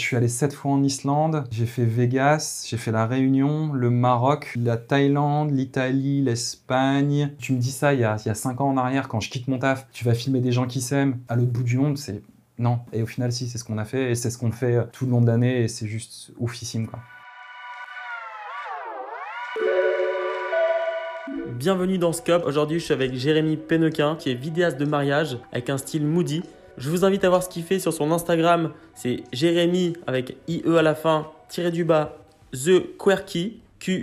suis allé 7 fois en Islande, j'ai fait Vegas, j'ai fait la Réunion, le Maroc, la Thaïlande, l'Italie, l'Espagne. Tu me dis ça il y a 5 ans en arrière, quand je quitte mon taf, tu vas filmer des gens qui s'aiment à l'autre bout du monde, c'est... Non. Et au final, si, c'est ce qu'on a fait, et c'est ce qu'on fait tout le long de l'année, et c'est juste oufissime, quoi. Bienvenue dans Scope. Aujourd'hui, je suis avec Jérémy Pennequin, qui est vidéaste de mariage avec un style moody. Je vous invite à voir ce qu'il fait sur son Instagram. C'est Jérémy avec IE à la fin, tiré du bas, The Quirky,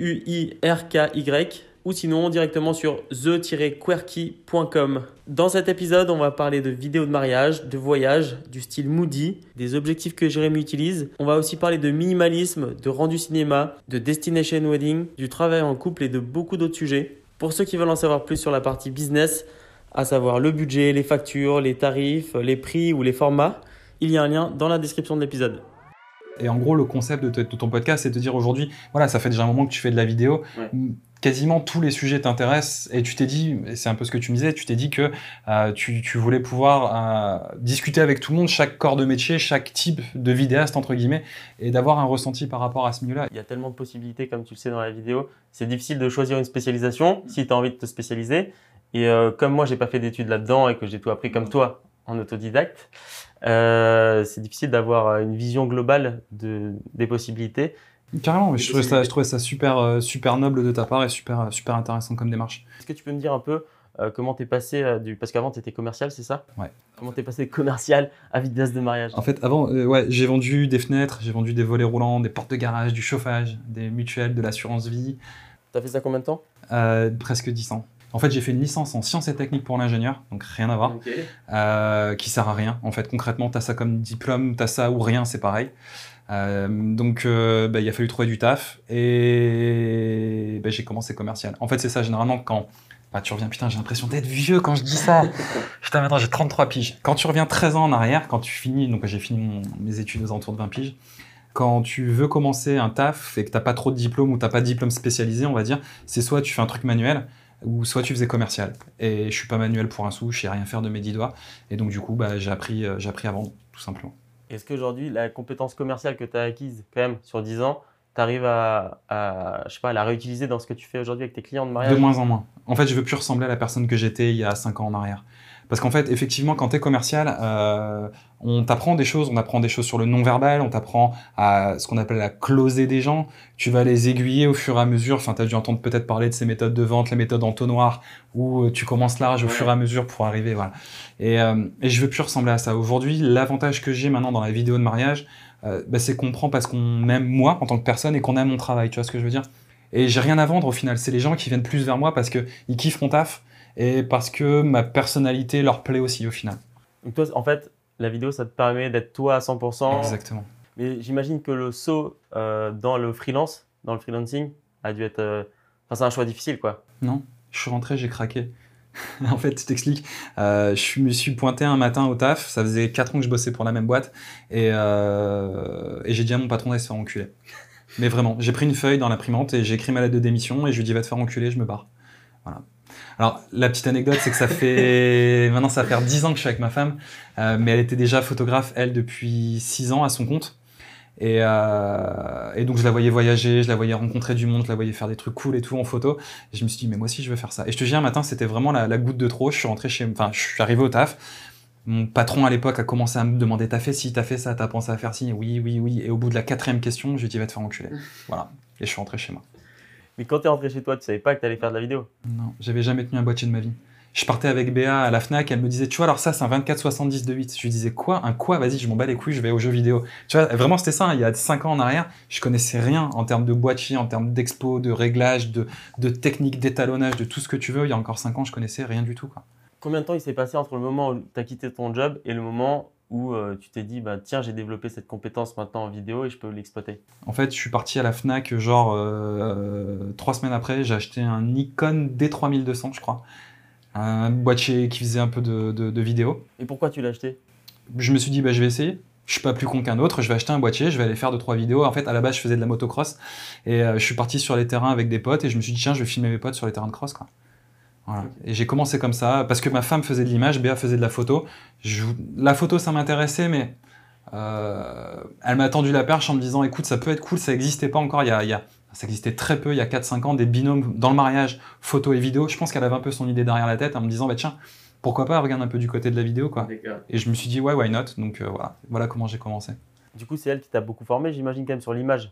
QUIRKY, ou sinon directement sur the-quirky.com. Dans cet épisode, on va parler de vidéos de mariage, de voyage, du style moody, des objectifs que Jérémy utilise. On va aussi parler de minimalisme, de rendu cinéma, de destination wedding, du travail en couple et de beaucoup d'autres sujets. Pour ceux qui veulent en savoir plus sur la partie business, à savoir le budget, les factures, les tarifs, les prix ou les formats, il y a un lien dans la description de l'épisode. Et en gros, le concept de ton podcast, c'est de te dire aujourd'hui, voilà, ça fait déjà un moment que tu fais de la vidéo, quasiment tous les sujets t'intéressent, et tu t'es dit, et c'est un peu ce que tu me disais, tu t'es dit que tu voulais pouvoir discuter avec tout le monde, chaque corps de métier, chaque type de vidéaste, entre guillemets, et d'avoir un ressenti par rapport à ce milieu-là. Il y a tellement de possibilités, comme tu le sais dans la vidéo, c'est difficile de choisir une spécialisation si tu as envie de te spécialiser. Et comme moi, j'ai pas fait d'études là-dedans et que j'ai tout appris comme toi, en autodidacte, c'est difficile d'avoir une vision globale des possibilités. Carrément, mais je trouvais ça super noble de ta part et super intéressant comme démarche. Est-ce que tu peux me dire un peu comment tu es passé parce qu'avant tu étais commercial, c'est ça? Ouais. Comment tu es passé de commercial à vidéaste de mariage? En fait, avant, j'ai vendu des fenêtres, j'ai vendu des volets roulants, des portes de garage, du chauffage, des mutuelles, de l'assurance vie. Tu as fait ça combien de temps? Presque 10 ans. En fait, j'ai fait une licence en sciences et techniques pour l'ingénieur, donc rien à voir, qui sert à rien. En fait, concrètement, tu as ça comme diplôme, tu as ça ou rien, c'est pareil. Donc, il a fallu trouver du taf et j'ai commencé commercial. En fait, c'est ça, généralement, quand tu reviens, putain, j'ai l'impression d'être vieux quand je dis ça. Putain, maintenant, j'ai 33 piges. Quand tu reviens 13 ans en arrière, quand tu finis, donc j'ai fini mes études aux alentours de 20 piges, quand tu veux commencer un taf et que tu n'as pas trop de diplôme ou tu n'as pas de diplôme spécialisé, on va dire, c'est soit tu fais un truc manuel, ou soit tu faisais commercial. Et je suis pas manuel pour un sou, je sais rien faire de mes 10 doigts. Et donc du coup, j'ai appris à vendre, tout simplement. Est-ce qu'aujourd'hui, la compétence commerciale que tu as acquise quand même sur 10 ans, tu arrives à la réutiliser dans ce que tu fais aujourd'hui avec tes clients de mariage? De moins en moins. En fait, je veux plus ressembler à la personne que j'étais il y a 5 ans en arrière. Parce qu'en fait, effectivement, quand tu es commercial, on t'apprend des choses. On apprend des choses sur le non-verbal, on t'apprend à ce qu'on appelle la closer des gens. Tu vas les aiguiller au fur et à mesure. Enfin, tu as dû entendre peut-être parler de ces méthodes de vente, les méthodes entonnoir, où tu commences large au fur et à mesure pour arriver. Voilà. Et je veux plus ressembler à ça. Aujourd'hui, l'avantage que j'ai maintenant dans la vidéo de mariage, c'est qu'on prend parce qu'on m'aime moi en tant que personne et qu'on aime mon travail. Tu vois ce que je veux dire? Et j'ai rien à vendre au final. C'est les gens qui viennent plus vers moi parce qu'ils kiffent mon taf et parce que ma personnalité leur plaît aussi au final. Donc toi, en fait, la vidéo, ça te permet d'être toi à 100%. Exactement. Mais j'imagine que le saut dans le freelance, dans le freelancing, a dû être... c'est un choix difficile, quoi. Non, je suis rentré, j'ai craqué. En fait, je t'explique. Je me suis pointé un matin au taf. Ça faisait 4 ans que je bossais pour la même boîte. Et j'ai dit à mon patron d'aller se faire enculer. Mais vraiment, j'ai pris une feuille dans l'imprimante et j'ai écrit ma lettre de démission et je lui ai dit va te faire enculer, je me barre. Voilà. Alors, la petite anecdote, c'est que ça fait... Maintenant, ça va faire 10 ans que je suis avec ma femme. Mais elle était déjà photographe, elle, depuis 6 ans à son compte. Et donc, je la voyais voyager, je la voyais rencontrer du monde, je la voyais faire des trucs cool et tout en photo. Et je me suis dit, mais moi aussi, je veux faire ça. Et je te dis, un matin, c'était vraiment la goutte de trop. Je suis arrivé au taf. Mon patron, à l'époque, a commencé à me demander, t'as fait ci, t'as fait ça, t'as pensé à faire ci? Oui. Et au bout de la 4e question, je lui ai dit, va te faire enculer. Voilà. Et je suis rentré chez moi. Mais quand t'es rentré chez toi, tu savais pas que t'allais faire de la vidéo? Non, j'avais jamais tenu un boîtier de ma vie. Je partais avec Béa à la Fnac, elle me disait, tu vois, alors ça, c'est un 24-70 de 8. Je lui disais, quoi? Un quoi? Vas-y, je m'en bats les couilles, je vais aux jeux vidéo. Tu vois, vraiment, c'était ça, hein. Il y a 5 ans en arrière, je connaissais rien en termes de boîtier, en termes d'expo, de réglage, de technique, d'étalonnage, de tout ce que tu veux. Il y a encore 5 ans, je connaissais rien du tout, quoi. Combien de temps il s'est passé entre le moment où tu as quitté ton job et le moment où tu t'es dit, tiens, j'ai développé cette compétence maintenant en vidéo et je peux l'exploiter? En fait, je suis parti à la Fnac, genre 3 semaines après, j'ai acheté un Nikon D3200, je crois. Un boîtier qui faisait un peu de vidéo. Et pourquoi tu l'as acheté? Je me suis dit, je vais essayer. Je suis pas plus con qu'un autre, je vais acheter un boîtier, je vais aller faire 2-3 vidéos. En fait, à la base, je faisais de la motocross et je suis parti sur les terrains avec des potes et je me suis dit, tiens, je vais filmer mes potes sur les terrains de cross, quoi. Voilà. Okay. Et j'ai commencé comme ça, parce que ma femme faisait de l'image, Béa faisait de la photo. La photo, ça m'intéressait, mais Elle m'a tendu la perche en me disant écoute, ça peut être cool, ça n'existait pas encore, ça existait très peu il y a 4-5 ans, des binômes dans le mariage, photo et vidéo. Je pense qu'elle avait un peu son idée derrière la tête en me disant bah tiens, pourquoi pas, regarde un peu du côté de la vidéo quoi. Et je me suis dit ouais, why not, donc voilà comment j'ai commencé. Du coup, c'est elle qui t'a beaucoup formé, j'imagine, quand même, sur l'image.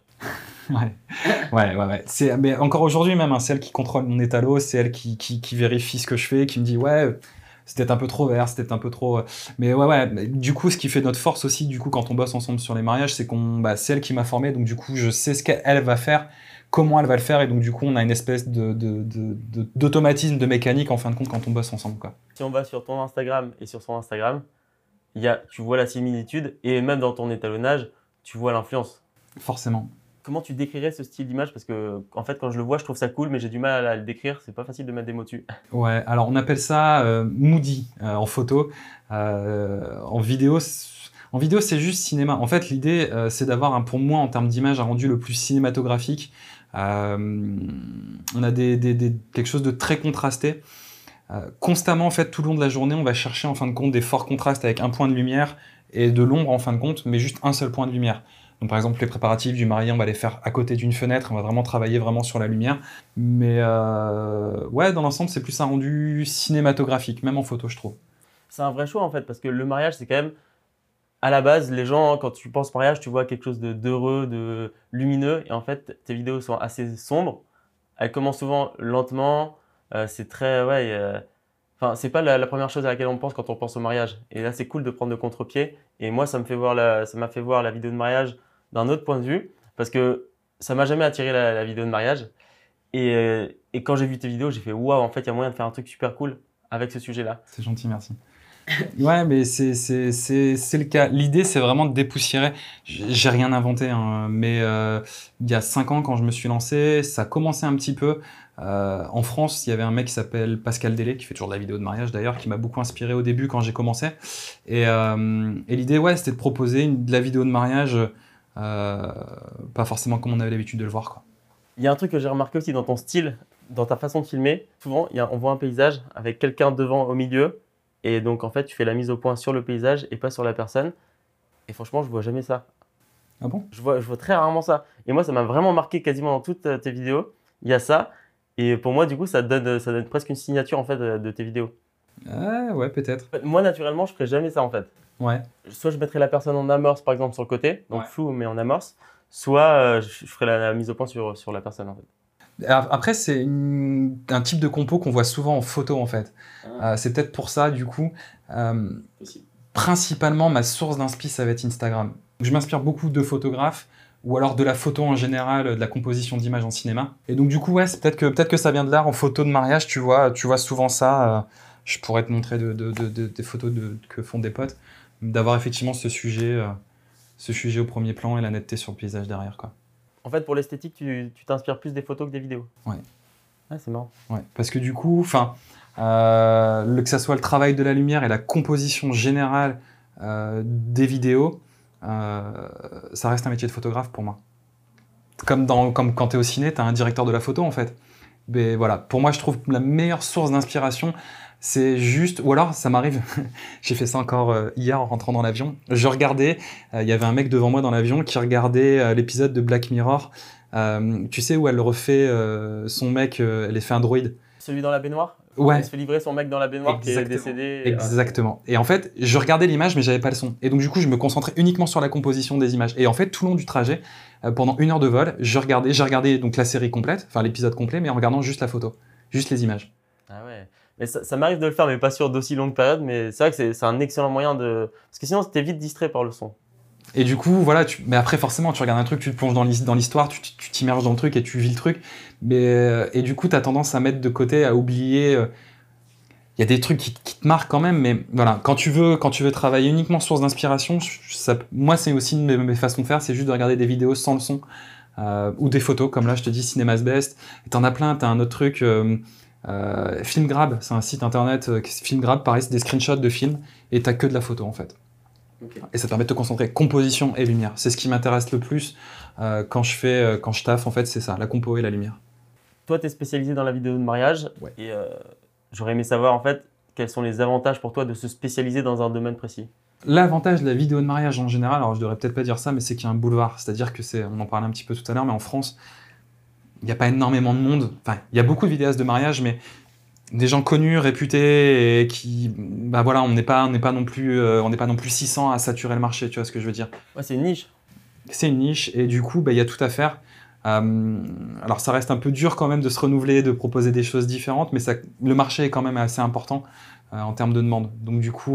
Ouais. Mais encore aujourd'hui même, hein, c'est elle qui contrôle mon étalo, c'est elle qui vérifie ce que je fais, qui me dit ouais, c'était un peu trop vert, c'était un peu trop. Mais ouais. Du coup, ce qui fait notre force aussi, du coup, quand on bosse ensemble sur les mariages, c'est c'est elle qui m'a formé, donc du coup, je sais ce qu'elle va faire, comment elle va le faire, et donc du coup, on a une espèce d'automatisme, de mécanique en fin de compte quand on bosse ensemble, quoi. Si on va sur ton Instagram et sur son Instagram, tu vois la similitude et même dans ton étalonnage, tu vois l'influence. Forcément. Comment tu décrirais ce style d'image? Parce que, en fait, quand je le vois, je trouve ça cool, mais j'ai du mal à le décrire. C'est pas facile de mettre des mots dessus. Ouais, alors on appelle ça moody en photo. En vidéo, c'est juste cinéma. En fait, l'idée, c'est d'avoir, pour moi, en termes d'image, un rendu le plus cinématographique. On a quelque chose de très contrasté. Constamment, en fait, tout le long de la journée, on va chercher, en fin de compte, des forts contrastes avec un point de lumière et de l'ombre, en fin de compte, mais juste un seul point de lumière. Donc, par exemple, les préparatifs du marié, on va les faire à côté d'une fenêtre, on va vraiment travailler vraiment sur la lumière. Mais ouais, dans l'ensemble, c'est plus un rendu cinématographique, même en photo, je trouve. C'est un vrai choix, en fait, parce que le mariage, c'est quand même, à la base, les gens, quand tu penses mariage, tu vois quelque chose d'heureux, de lumineux. Et en fait, tes vidéos sont assez sombres. Elles commencent souvent lentement. C'est très, enfin, c'est pas la première chose à laquelle on pense quand on pense au mariage. Et là, c'est cool de prendre le contre-pied. Et moi, ça m'a fait voir la vidéo de mariage d'un autre point de vue, parce que ça m'a jamais attiré la vidéo de mariage. Et quand j'ai vu tes vidéos, j'ai fait waouh, en fait, il y a moyen de faire un truc super cool avec ce sujet-là. C'est gentil, merci. Ouais, mais c'est le cas. L'idée, c'est vraiment de dépoussiérer. J'ai rien inventé, hein, mais il y a 5 ans, quand je me suis lancé, ça commençait un petit peu. En France, il y avait un mec qui s'appelle Pascal Délé, qui fait toujours de la vidéo de mariage d'ailleurs, qui m'a beaucoup inspiré au début quand j'ai commencé. Et l'idée, ouais, c'était de proposer de la vidéo de mariage, pas forcément comme on avait l'habitude de le voir, quoi. Il y a un truc que j'ai remarqué aussi dans ton style, dans ta façon de filmer. Souvent, on voit un paysage avec quelqu'un devant au milieu. Et donc, en fait, tu fais la mise au point sur le paysage et pas sur la personne. Et franchement, je vois jamais ça. Ah bon? Je vois très rarement ça. Et moi, ça m'a vraiment marqué quasiment dans toutes tes vidéos. Il y a ça. Et pour moi, du coup, ça donne presque une signature en fait de tes vidéos. Ouais, peut-être. Moi, naturellement, je ferais jamais ça en fait. Ouais. Soit je mettrais la personne en amorce, par exemple, sur le côté, donc Ouais. flou mais en amorce. Soit je ferais la mise au point sur la personne en fait. Après, c'est un type de compo qu'on voit souvent en photo, en fait. C'est peut-être pour ça, du coup. Principalement, ma source d'inspi, ça va être Instagram. Je m'inspire beaucoup de photographes, ou alors de la photo en général, de la composition d'images en cinéma. Et donc, du coup, ouais, c'est peut-être que ça vient de là. En photo de mariage, tu vois souvent ça. Je pourrais te montrer des photos que font des potes. D'avoir effectivement ce sujet au premier plan et la netteté sur le paysage derrière, quoi. En fait, pour l'esthétique, tu t'inspires plus des photos que des vidéos. Ouais. Ah, c'est marrant. Ouais, parce que du coup, que ça soit le travail de la lumière et la composition générale des vidéos, ça reste un métier de photographe pour moi. Comme quand tu es au ciné, tu as un directeur de la photo en fait. Mais voilà, pour moi, je trouve la meilleure source d'inspiration, c'est juste, ou alors ça m'arrive, j'ai fait ça encore hier en rentrant dans l'avion, je regardais, il y avait un mec devant moi dans l'avion qui regardait l'épisode de Black Mirror, tu sais où elle refait son mec, elle est fait un droïde. Celui dans la baignoire? Ouais. Elle se fait livrer son mec dans la baignoire qui est décédé. Exactement. Et en fait, je regardais l'image, mais j'avais pas le son. Et donc, du coup, je me concentrais uniquement sur la composition des images. Et en fait, tout le long du trajet, pendant 1 heure de vol, j'ai regardé donc la série complète, enfin l'épisode complet, mais en regardant juste la photo, juste les images. Ah ouais. Mais ça m'arrive de le faire, mais pas sur d'aussi longues périodes. Mais c'est vrai que c'est un excellent moyen de. Parce que sinon, t'es vite distrait par le son. Et du coup, voilà, mais après, forcément, tu regardes un truc, tu te plonges dans l'histoire, tu t'immerges dans le truc et tu vis le truc. Et du coup, tu as tendance à mettre de côté, à oublier. Il y a des trucs qui te marquent quand même, mais voilà, quand tu veux travailler uniquement source d'inspiration, moi, c'est aussi une de mes façons de faire, c'est juste de regarder des vidéos sans le son, ou des photos, comme là, je te dis, Cinema's Best. Et t'en as plein, t'as un autre truc, Filmgrab, c'est un site internet, Filmgrab, pareil, c'est des screenshots de films, et t'as que de la photo, en fait. Okay. Et ça te permet de te concentrer, composition et lumière. C'est ce qui m'intéresse le plus quand je taffe, en fait, c'est ça, la compo et la lumière. Toi, tu es spécialisé dans la vidéo de mariage. Ouais. Et j'aurais aimé savoir, en fait, quels sont les avantages pour toi de se spécialiser dans un domaine précis. L'avantage de la vidéo de mariage en général, alors je devrais peut-être pas dire ça, mais c'est qu'il y a un boulevard. C'est-à-dire que on en parlait un petit peu tout à l'heure, mais en France, il n'y a pas énormément de monde. Enfin, il y a beaucoup de vidéastes de mariage, mais des gens connus, réputés, et qui, bah voilà, on n'est pas non plus 600 à saturer le marché, tu vois ce que je veux dire. Ouais, c'est une niche. C'est une niche, et du coup, bah, il y a tout à faire. Alors ça reste un peu dur quand même de se renouveler, de proposer des choses différentes, mais le marché est quand même assez important en termes de demande. Donc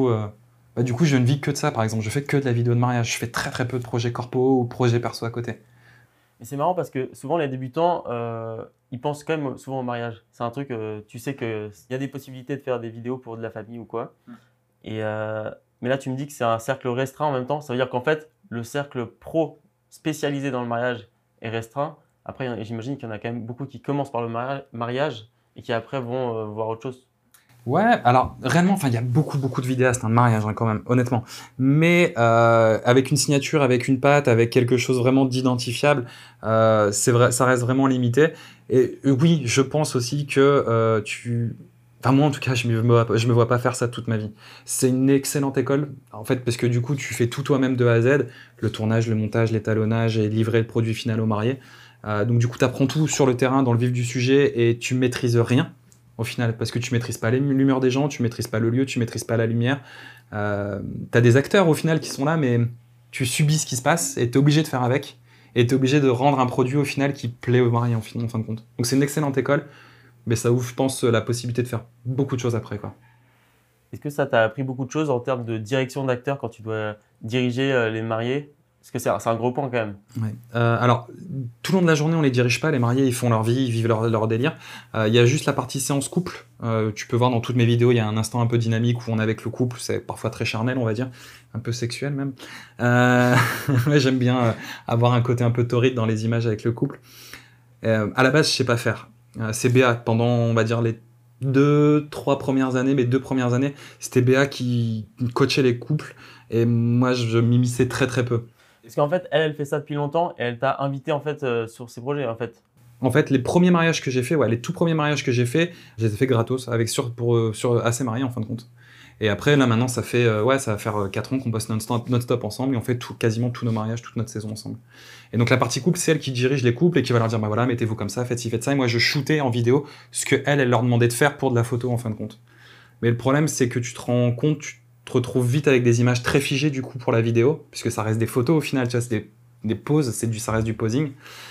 du coup, je ne vis que de ça, par exemple. Je fais que de la vidéo de mariage. Je fais très très peu de projets corpo ou projets perso à côté. Et c'est marrant parce que souvent les débutants, ils pensent quand même souvent au mariage. C'est un truc, tu sais qu'il y a des possibilités de faire des vidéos pour de la famille ou quoi. Et, mais là, tu me dis que c'est un cercle restreint en même temps. Ça veut dire qu'en fait, le cercle pro spécialisé dans le mariage est restreint. Après, j'imagine qu'il y en a quand même beaucoup qui commencent par le mariage et qui après vont voir autre chose. Ouais, alors réellement, enfin, il y a beaucoup de vidéastes de mariage quand même, honnêtement. Mais avec une signature, avec une patte, avec quelque chose vraiment d'identifiable, c'est vrai, ça reste vraiment limité. Et oui, je pense aussi que enfin moi en tout cas, je me vois pas faire ça toute ma vie. C'est une excellente école, en fait, parce que du coup, tu fais tout toi-même de A à Z, le tournage, le montage, l'étalonnage et livrer le produit final au marié. Donc du coup, tu apprends tout sur le terrain, dans le vif du sujet, et tu maîtrises rien au final, parce que tu maîtrises pas l'humeur des gens, tu maîtrises pas le lieu, tu maîtrises pas la lumière. T'as des acteurs au final qui sont là, mais tu subis ce qui se passe et t'es obligé de faire avec. Et t'es obligé de rendre un produit au final qui plaît au marié en fin de compte. Donc c'est une excellente école, mais ça ouvre, je pense, la possibilité de faire beaucoup de choses après, quoi. Est-ce que ça t'a appris beaucoup de choses en termes de direction d'acteur quand tu dois diriger les mariés? Parce que c'est un gros point quand même. Ouais. Alors, tout le long de la journée, on les dirige pas. Les mariés, ils font leur vie, ils vivent leur délire. Il y a juste la partie séance couple. Tu peux voir dans toutes mes vidéos, il y a un instant un peu dynamique où on est avec le couple. C'est parfois très charnel, on va dire. Un peu sexuel même. Ouais, j'aime bien avoir un côté un peu torride dans les images avec le couple. À la base, je sais pas faire. C'est Béa. Pendant, on va dire, les 2-3 premières années, mes 2 premières années, c'était Béa qui coachait les couples. Et moi, je m'immisçais très très peu. Parce qu'en fait, elle fait ça depuis longtemps et elle t'a invité en fait sur ses projets en fait. En fait, les premiers mariages que j'ai fait, ouais, les tout premiers mariages que j'ai fait, je les ai fait gratos, avec sur assez mariés en fin de compte. Et après, là maintenant, ça va faire 4 ans qu'on bosse non-stop ensemble et on fait quasiment tous nos mariages, toute notre saison ensemble. Et donc la partie couple, c'est elle qui dirige les couples et qui va leur dire, bah voilà, mettez-vous comme ça, faites ci, faites ça. Et moi, je shootais en vidéo ce que elle leur demandait de faire pour de la photo en fin de compte. Mais le problème, c'est que tu te rends compte, tu te retrouves vite avec des images très figées du coup pour la vidéo, puisque ça reste des photos au final, tu vois, c'est des poses, ça reste du posing.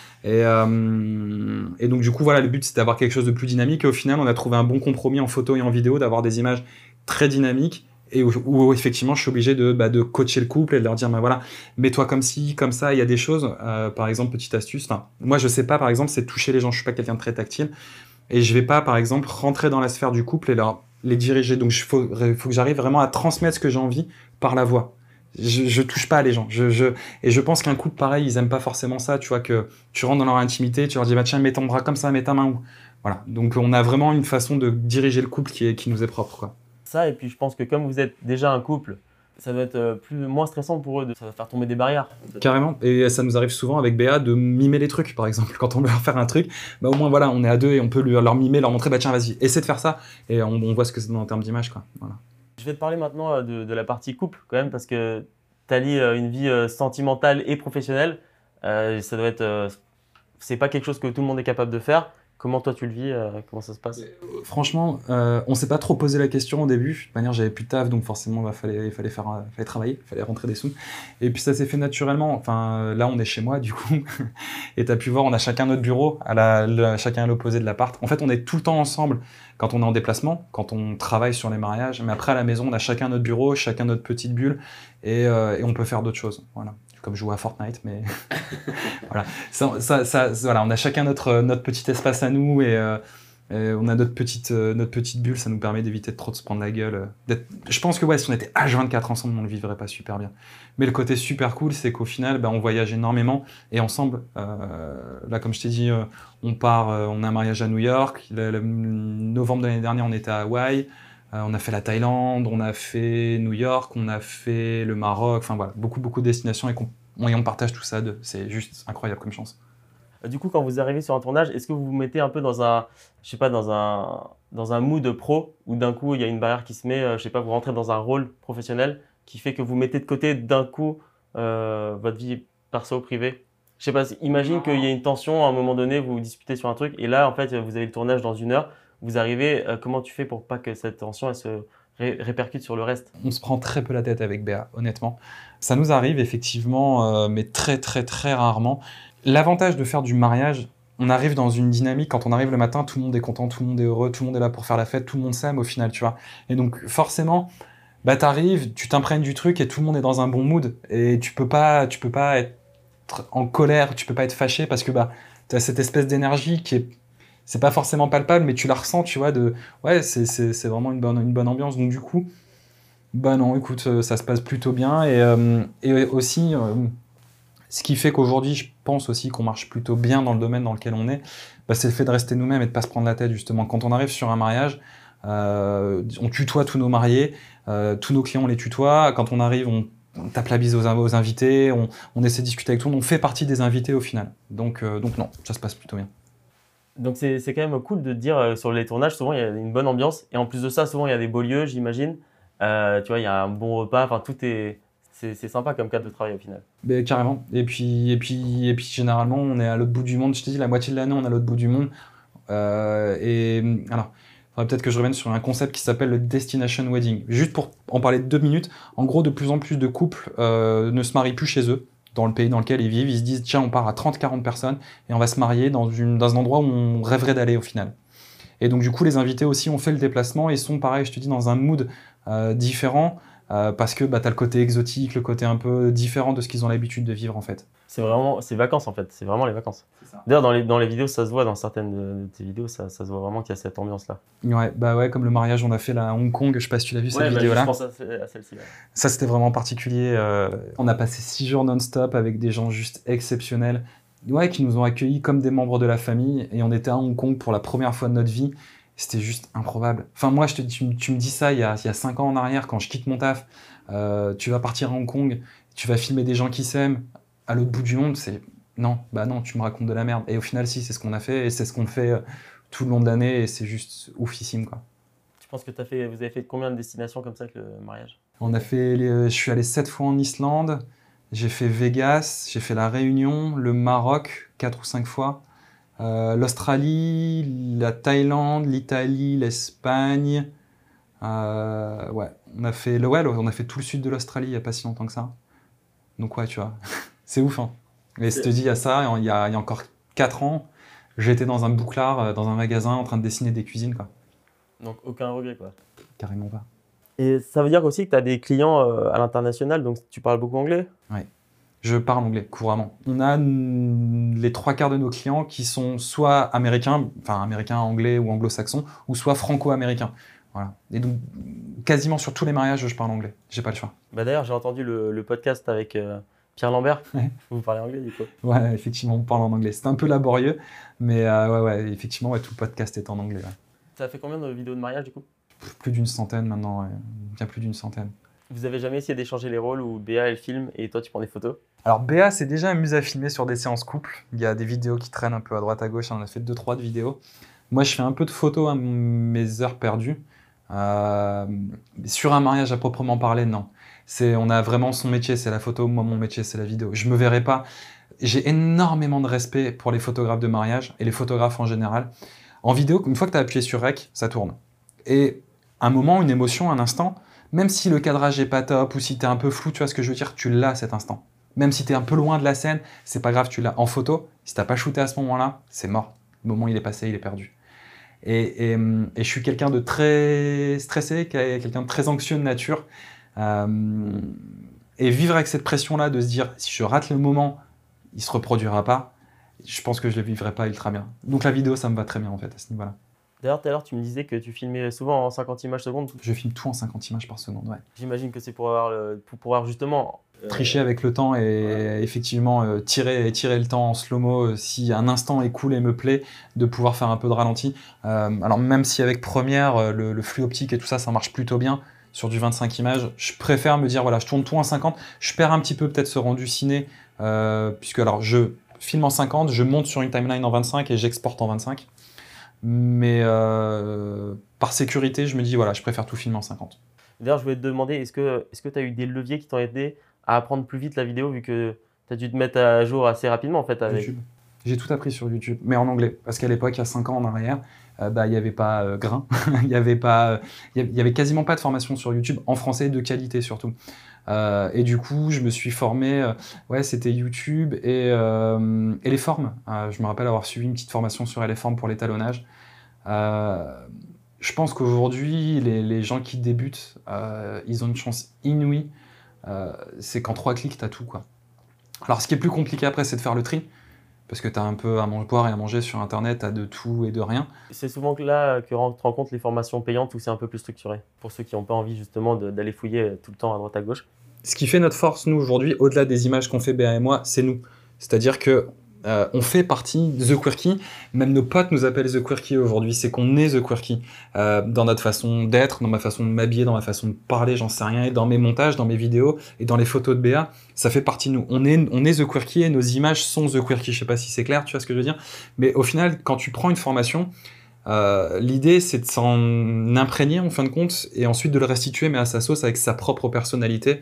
Et donc du coup voilà, le but c'est d'avoir quelque chose de plus dynamique et au final on a trouvé un bon compromis en photo et en vidéo, d'avoir des images très dynamiques et où effectivement je suis obligé de coacher le couple et de leur dire bah voilà, mets-toi comme ci, comme ça. Il y a des choses, par exemple, petite astuce, enfin moi je sais pas, par exemple, c'est toucher les gens, je suis pas quelqu'un de très tactile et je vais pas par exemple rentrer dans la sphère du couple et les diriger, donc faut que j'arrive vraiment à transmettre ce que j'ai envie par la voix. Je touche pas les gens. Et je pense qu'un couple pareil, ils aiment pas forcément ça. Tu vois, que tu rentres dans leur intimité, tu leur dis bah tiens, mets ton bras comme ça, mets ta main où. Voilà. Donc on a vraiment une façon de diriger le couple qui nous est propre, quoi. Ça et puis je pense que comme vous êtes déjà un couple, ça doit être moins stressant pour eux, ça va faire tomber des barrières. Carrément. Et ça nous arrive souvent avec Béa de mimer les trucs, par exemple. Quand on veut leur faire un truc, bah au moins voilà, on est à deux et on peut leur mimer, leur montrer bah tiens, vas-y, essaie de faire ça. Et on voit ce que c'est en termes d'image, quoi. Voilà. Je vais te parler maintenant de la partie couple quand même parce que tu allies une vie sentimentale et professionnelle. Ça doit être, c'est pas quelque chose que tout le monde est capable de faire. Comment toi tu le vis? Comment ça se passe? Franchement, on s'est pas trop posé la question au début. De toute manière, j'avais plus de taf, donc forcément, il fallait travailler, il fallait rentrer des sous. Et puis ça s'est fait naturellement. Enfin, là, on est chez moi, du coup. Et t'as pu voir, on a chacun notre bureau, chacun à l'opposé de l'appart. En fait, on est tout le temps ensemble quand on est en déplacement, quand on travaille sur les mariages. Mais après, à la maison, on a chacun notre bureau, chacun notre petite bulle, et on peut faire d'autres choses. Voilà. Comme jouer à Fortnite, mais voilà. Voilà, on a chacun notre petit espace à nous et on a notre petite bulle. Ça nous permet d'éviter de trop de se prendre la gueule. Je pense que ouais, si on était H24 ensemble, on ne le vivrait pas super bien. Mais le côté super cool, c'est qu'au final, on voyage énormément et ensemble. Là, comme je t'ai dit, on part, on a un mariage à New York. Le novembre de l'année dernière, on était à Hawaï. On a fait la Thaïlande, on a fait New York, on a fait le Maroc, enfin voilà, beaucoup de destinations et on partage tout ça, c'est juste incroyable comme chance. Du coup, quand vous arrivez sur un tournage, est-ce que vous vous mettez un peu dans un, je sais pas, dans un mood pro où d'un coup il y a une barrière qui se met, je sais pas, vous rentrez dans un rôle professionnel qui fait que vous mettez de côté d'un coup votre vie perso, privée? Je sais pas, imagine qu'il y a une tension, à un moment donné, vous vous disputez sur un truc, et là, en fait, vous avez le tournage dans 1 heure, vous arrivez, comment tu fais pour pas que cette tension elle se répercute sur le reste? On se prend très peu la tête avec Béa, honnêtement. Ça nous arrive effectivement, mais très très très rarement. L'avantage de faire du mariage, on arrive dans une dynamique, quand on arrive le matin, tout le monde est content, tout le monde est heureux, tout le monde est là pour faire la fête, tout le monde s'aime au final, tu vois. Et donc forcément, bah t'arrives, tu t'imprègnes du truc et tout le monde est dans un bon mood. Et tu peux pas être en colère, tu peux pas être fâché parce que bah t'as cette espèce d'énergie qui est, c'est pas forcément palpable, mais tu la ressens, tu vois, ouais, c'est vraiment une bonne ambiance. Donc du coup, bah non, écoute, ça se passe plutôt bien. Et aussi, ce qui fait qu'aujourd'hui, je pense aussi qu'on marche plutôt bien dans le domaine dans lequel on est, bah, c'est le fait de rester nous-mêmes et de pas se prendre la tête, justement. Quand on arrive sur un mariage, on tutoie tous nos mariés, tous nos clients, on les tutoie. Quand on arrive, on tape la bise aux invités, on essaie de discuter avec tout le monde, on fait partie des invités au final. Donc non, ça se passe plutôt bien. Donc c'est quand même cool de te dire sur les tournages, souvent il y a une bonne ambiance. Et en plus de ça, souvent il y a des beaux lieux, j'imagine. Tu vois, il y a un bon repas, enfin c'est sympa comme cadre de travail au final. Mais carrément. Et puis généralement, on est à l'autre bout du monde. Je te dis, la moitié de l'année, on est à l'autre bout du monde. Et alors, il faudrait peut-être que je revienne sur un concept qui s'appelle le Destination Wedding. Juste pour en parler 2 minutes, en gros, de plus en plus de couples ne se marient plus chez eux, dans le pays dans lequel ils vivent. Ils se disent, tiens, on part à 30-40 personnes et on va se marier dans un endroit où on rêverait d'aller au final. Et donc, du coup, les invités aussi ont fait le déplacement et sont, pareil, je te dis, dans un mood différent. Parce que bah, tu as le côté exotique, le côté un peu différent de ce qu'ils ont l'habitude de vivre en fait. C'est vacances en fait, c'est vraiment les vacances. D'ailleurs, dans les vidéos, ça se voit, dans certaines de tes vidéos, ça se voit vraiment qu'il y a cette ambiance-là. Ouais, bah ouais, comme le mariage, on a fait là à Hong Kong, je sais pas si tu l'as vu cette vidéo-là. Je pense à celle-ci. Ouais. Ça, c'était vraiment particulier. On a passé 6 jours non-stop avec des gens juste exceptionnels, ouais, qui nous ont accueillis comme des membres de la famille. Et on était à Hong Kong pour la première fois de notre vie. C'était juste improbable. Enfin, moi, tu me dis ça il y a 5 ans en arrière, quand je quitte mon taf, tu vas partir à Hong Kong, tu vas filmer des gens qui s'aiment à l'autre bout du monde, c'est... Non, bah non, tu me racontes de la merde. Et au final, si, c'est ce qu'on a fait, et c'est ce qu'on fait tout le long de l'année, et c'est juste oufissime, quoi. Tu penses que vous avez fait combien de destinations comme ça avec le mariage? Je suis allé 7 fois en Islande, j'ai fait Vegas, j'ai fait la Réunion, le Maroc, 4 ou 5 fois, l'Australie, la Thaïlande, l'Italie, l'Espagne. Ouais, on a fait tout le sud de l'Australie il n'y a pas si longtemps que ça. Donc ouais, tu vois, c'est ouf, hein. Mais je te dis, il y a ça, il y a encore 4 ans, j'étais dans un bouclard, dans un magasin, en train de dessiner des cuisines, quoi. Donc aucun regret, quoi. Carrément pas. Et ça veut dire aussi que tu as des clients à l'international, donc tu parles beaucoup anglais? Ouais, je parle anglais couramment. On a les 3/4 de nos clients qui sont soit américains, enfin américains, anglais ou anglo-saxons, ou soit franco-américains. Voilà. Et donc, quasiment sur tous les mariages, je parle anglais. J'ai pas le choix. Bah d'ailleurs, j'ai entendu le podcast avec Pierre Lambert. Ouais. Vous parlez anglais, du coup? Ouais, effectivement, on parle en anglais. C'est un peu laborieux, mais ouais, effectivement, ouais, tout le podcast est en anglais. Ouais. Ça fait combien de vidéos de mariage, du coup? Plus d'une centaine maintenant, ouais. Bien plus d'une centaine. Vous avez jamais essayé d'échanger les rôles où Béa elle filme et toi tu prends des photos? Alors Béa s'est déjà amusée à filmer sur des séances couple. Il y a des vidéos qui traînent un peu à droite à gauche. On a fait 2-3 de vidéos. Moi, je fais un peu de photos à mes heures perdues. Sur un mariage à proprement parler, non. On a vraiment son métier, c'est la photo. Moi, mon métier, c'est la vidéo. Je me verrai pas. J'ai énormément de respect pour les photographes de mariage et les photographes en général. En vidéo, une fois que tu as appuyé sur Rec, ça tourne. Et un moment, une émotion, un instant, même si le cadrage est pas top ou si tu es un peu flou, tu vois ce que je veux dire, tu l'as cet instant. Même si tu es un peu loin de la scène, c'est pas grave, tu l'as. En photo, si t'as pas shooté à ce moment-là, c'est mort. Le moment, il est passé, il est perdu. Et je suis quelqu'un de très stressé, quelqu'un de très anxieux de nature. Et vivre avec cette pression-là, de se dire, si je rate le moment, il se reproduira pas, je pense que je le vivrai pas ultra bien. Donc la vidéo, ça me va très bien en fait, à ce niveau-là. D'ailleurs, tout à l'heure, tu me disais que tu filmais souvent en 50 images secondes. Je filme tout en 50 images par seconde, ouais. J'imagine que c'est pour pouvoir justement... Tricher avec le temps et effectivement tirer le temps en slow-mo si un instant est cool et me plaît, de pouvoir faire un peu de ralenti. Alors même si avec Premiere, le flux optique et tout ça, ça marche plutôt bien sur du 25 images, je préfère me dire, voilà, je tourne tout en 50, je perds un petit peu peut-être ce rendu ciné, puisque alors je filme en 50, je monte sur une timeline en 25 et j'exporte en 25. Mais par sécurité, je me dis, voilà, je préfère tout filmer en 50. D'ailleurs, je voulais te demander, est-ce que tu as eu des leviers qui t'ont aidé à apprendre plus vite la vidéo vu que tu as dû te mettre à jour assez rapidement en fait avec. YouTube. J'ai tout appris sur YouTube, mais en anglais. Parce qu'à l'époque, il y a 5 ans en arrière, il n'y avait pas Grain. Il y avait pas, il y avait quasiment pas de formation sur YouTube, en français de qualité surtout. Et du coup, je me suis formé, ouais, c'était YouTube et les formes. Je me rappelle avoir suivi une petite formation sur les formes pour l'étalonnage. Je pense qu'aujourd'hui, les gens qui débutent, ils ont une chance inouïe. C'est qu'en 3 clics, tu as tout, quoi. Alors, ce qui est plus compliqué après, c'est de faire le tri. Parce que tu as un peu à boire et à manger sur Internet, tu as de tout et de rien. C'est souvent que là que rentrent en compte les formations payantes où c'est un peu plus structuré. Pour ceux qui n'ont pas envie justement d'aller fouiller tout le temps à droite à gauche. Ce qui fait notre force, nous, aujourd'hui, au-delà des images qu'on fait, Béa et moi, c'est nous. C'est-à-dire que on fait partie de The Quirky. Même nos potes nous appellent The Quirky aujourd'hui. C'est qu'on est The Quirky. Dans notre façon d'être, dans ma façon de m'habiller, dans ma façon de parler, j'en sais rien. Et dans mes montages, dans mes vidéos et dans les photos de Béa, ça fait partie de nous. On est The Quirky et nos images sont The Quirky. Je sais pas si c'est clair, tu vois ce que je veux dire. Mais au final, quand tu prends une formation, l'idée, c'est de s'en imprégner en fin de compte et ensuite de le restituer, mais à sa sauce, avec sa propre personnalité.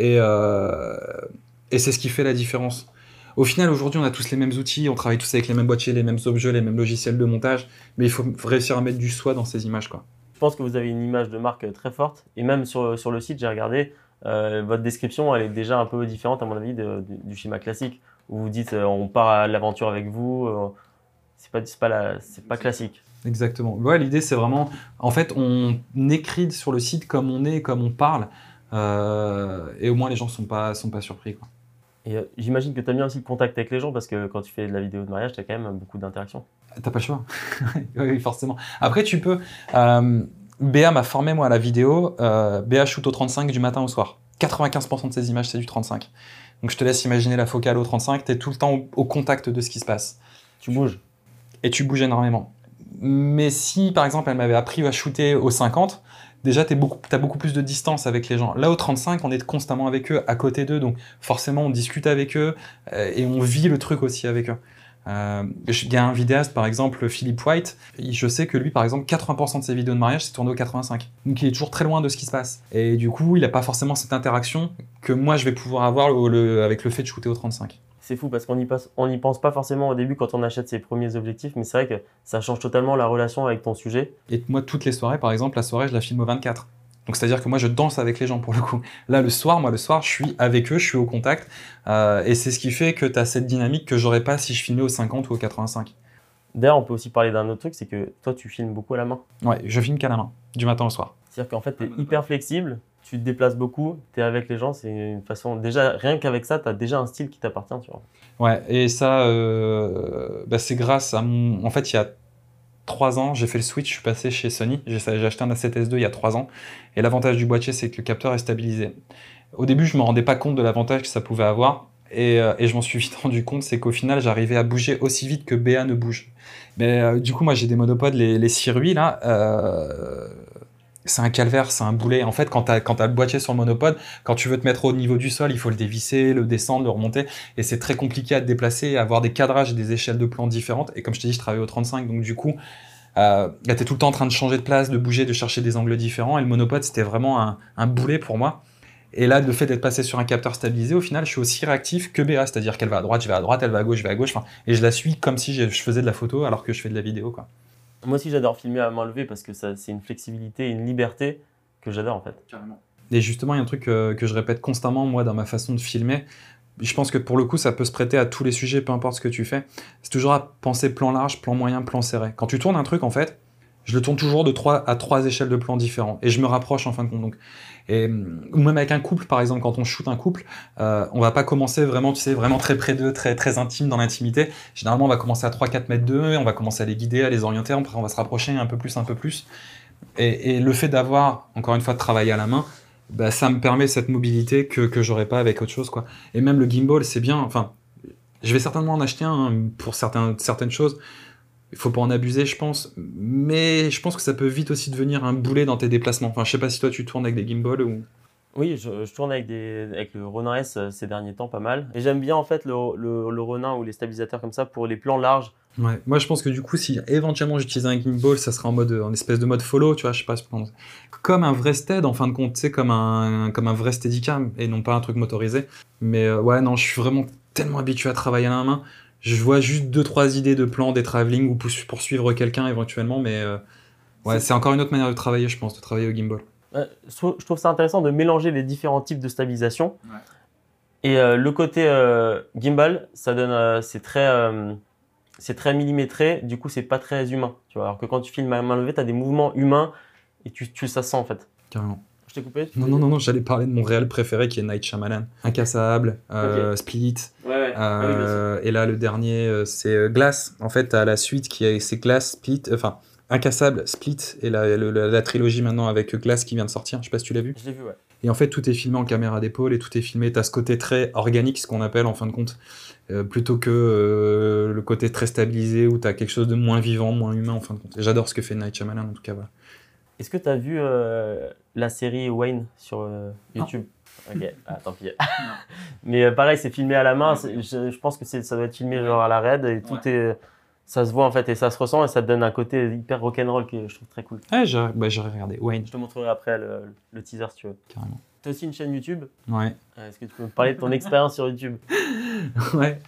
Et c'est ce qui fait la différence. Au final, aujourd'hui, on a tous les mêmes outils, on travaille tous avec les mêmes boîtiers, les mêmes objets, les mêmes logiciels de montage, mais il faut réussir à mettre du soi dans ces images, quoi. Je pense que vous avez une image de marque très forte. Et même sur le site, j'ai regardé, votre description, elle est déjà un peu différente, à mon avis, du schéma classique. Où vous dites, on part à l'aventure avec vous. C'est pas classique. Exactement. Ouais, l'idée, c'est vraiment... En fait, on écrit sur le site comme on est, comme on parle, et au moins, les gens sont pas surpris, quoi. Et j'imagine que tu as bien aussi le contact avec les gens parce que quand tu fais de la vidéo de mariage, tu as quand même beaucoup d'interactions. T'as pas le choix. Oui, forcément. Après, tu peux... Béa m'a formé, moi, à la vidéo. Béa shoot au 35 du matin au soir. 95% de ses images, c'est du 35. Donc, je te laisse imaginer la focale au 35. Tu es tout le temps au contact de ce qui se passe. Tu bouges. Et tu bouges énormément. Mais si, par exemple, elle m'avait appris à shooter au 50, déjà, t'as beaucoup plus de distance avec les gens. Là, au 35, on est constamment avec eux, à côté d'eux, donc forcément, on discute avec eux et on vit le truc aussi avec eux. Il y a un vidéaste, par exemple, Philippe White, je sais que lui, par exemple, 80% de ses vidéos de mariage, c'est tourné au 85. Donc, il est toujours très loin de ce qui se passe. Et du coup, il n'a pas forcément cette interaction que moi, je vais pouvoir avoir avec le fait de shooter au 35. C'est fou parce on n'y pense pas forcément au début quand on achète ses premiers objectifs, mais c'est vrai que ça change totalement la relation avec ton sujet. Et moi, toutes les soirées, par exemple, la soirée, je la filme au 24. Donc, c'est-à-dire que moi, je danse avec les gens, pour le coup. Là, le soir, je suis avec eux, je suis au contact. Et c'est ce qui fait que tu as cette dynamique que j'aurais pas si je filmais au 50 ou au 85. D'ailleurs, on peut aussi parler d'un autre truc, c'est que toi, tu filmes beaucoup à la main. Ouais, je filme qu'à la main, du matin au soir. C'est-à-dire qu'en fait, tu es hyper flexible, tu te déplaces beaucoup, tu es avec les gens, c'est une façon... Déjà, rien qu'avec ça, tu as déjà un style qui t'appartient, tu vois. Ouais, et ça, c'est grâce à mon... En fait, il y a 3 ans, j'ai fait le switch, je suis passé chez Sony. J'ai acheté un A7S II il y a 3 ans. Et l'avantage du boîtier, c'est que le capteur est stabilisé. Au début, je ne me rendais pas compte de l'avantage que ça pouvait avoir. Et je m'en suis vite rendu compte, c'est qu'au final, j'arrivais à bouger aussi vite que Béa ne bouge. Mais du coup, moi, j'ai des monopodes, les Sirui, là. C'est un calvaire, c'est un boulet. En fait, quand t'as le boîtier sur le monopode, quand tu veux te mettre au niveau du sol, il faut le dévisser, le descendre, le remonter. Et c'est très compliqué à te déplacer, à avoir des cadrages et des échelles de plans différentes. Et comme je t'ai dit, je travaille au 35, donc du coup, là, t'es tout le temps en train de changer de place, de bouger, de chercher des angles différents. Et le monopode, c'était vraiment un boulet pour moi. Et là, le fait d'être passé sur un capteur stabilisé, au final, je suis aussi réactif que Béa. C'est-à-dire qu'elle va à droite, je vais à droite, elle va à gauche, je vais à gauche. Et je la suis comme si je faisais de la photo alors que je fais de la vidéo, quoi. Moi aussi, j'adore filmer à main levée parce que c'est une flexibilité et une liberté que j'adore en fait. Carrément. Et justement, il y a un truc que je répète constamment, moi, dans ma façon de filmer. Je pense que pour le coup, ça peut se prêter à tous les sujets, peu importe ce que tu fais. C'est toujours à penser plan large, plan moyen, plan serré. Quand tu tournes un truc, en fait, je le tourne toujours de 3 à 3 échelles de plans différents. Et je me rapproche en fin de compte. Donc. Ou même avec un couple, par exemple, quand on shoot un couple, on va pas commencer vraiment, tu sais, vraiment très près d'eux, très, très intime dans l'intimité. Généralement, on va commencer à 3-4 mètres d'eux, et on va commencer à les guider, à les orienter, après on va se rapprocher un peu plus, un peu plus. Et le fait d'avoir, encore une fois, de travailler à la main, bah, ça me permet cette mobilité que j'aurais pas avec autre chose, quoi. Et même le gimbal, c'est bien, enfin, je vais certainement en acheter un pour certaines choses. Il faut pas en abuser, je pense, mais je pense que ça peut vite aussi devenir un boulet dans tes déplacements. Enfin, je sais pas si toi tu tournes avec des gimbals ou... Oui, je tourne avec le Ronin S ces derniers temps pas mal. Et j'aime bien en fait le Ronin ou les stabilisateurs comme ça pour les plans larges Ouais. Moi, je pense que du coup, si éventuellement j'utilisais un gimbal, ça serait en espèce de mode follow, tu vois, je sais pas, comme un vrai stead en fin de compte, tu sais, comme un vrai steadicam et non pas un truc motorisé. Mais ouais, non, je suis vraiment tellement habitué à travailler à la main. Je vois juste deux, trois idées de plans, des travelling ou pour suivre quelqu'un éventuellement, mais ouais, c'est encore une autre manière de travailler, je pense, de travailler au gimbal. Je trouve ça intéressant de mélanger les différents types de stabilisation. Ouais. Et le côté gimbal, ça donne, c'est très millimétré, du coup c'est pas très humain. Tu vois, alors que quand tu filmes à main levée, tu as des mouvements humains et ça sent en fait. Carrément. Je t'ai coupé? Non, non, non, non, j'allais parler de mon réel préféré qui est Night Shyamalan. Incassable, Ok. Split, Ouais, ouais. Ah oui, bien sûr. et là le dernier c'est Glass. En fait, t'as la suite c'est Glass, Split, enfin Incassable, Split et la trilogie maintenant avec Glass qui vient de sortir. Je sais pas si tu l'as vu. Je l'ai vu, ouais. Et en fait, tout est filmé en caméra d'épaule et tout est filmé. T'as ce côté très organique, ce qu'on appelle en fin de compte, plutôt que le côté très stabilisé où t'as quelque chose de moins vivant, moins humain en fin de compte. Et j'adore ce que fait Night Shyamalan en tout cas. Voilà. Est-ce que tu as vu la série Wayne sur YouTube? Ok, ah, tant pis. Mais pareil, c'est filmé à la main. Je pense que ça doit être filmé genre à la raid et tout est. Ça se voit en fait et ça se ressent et ça te donne un côté hyper rock'n'roll que je trouve très cool. Ouais, j'aurais regardé Wayne, Je te montrerai après le teaser si tu veux. carrément. Tu as aussi une chaîne YouTube. Ouais. Est-ce que tu peux me parler de ton expérience sur YouTube? Ouais,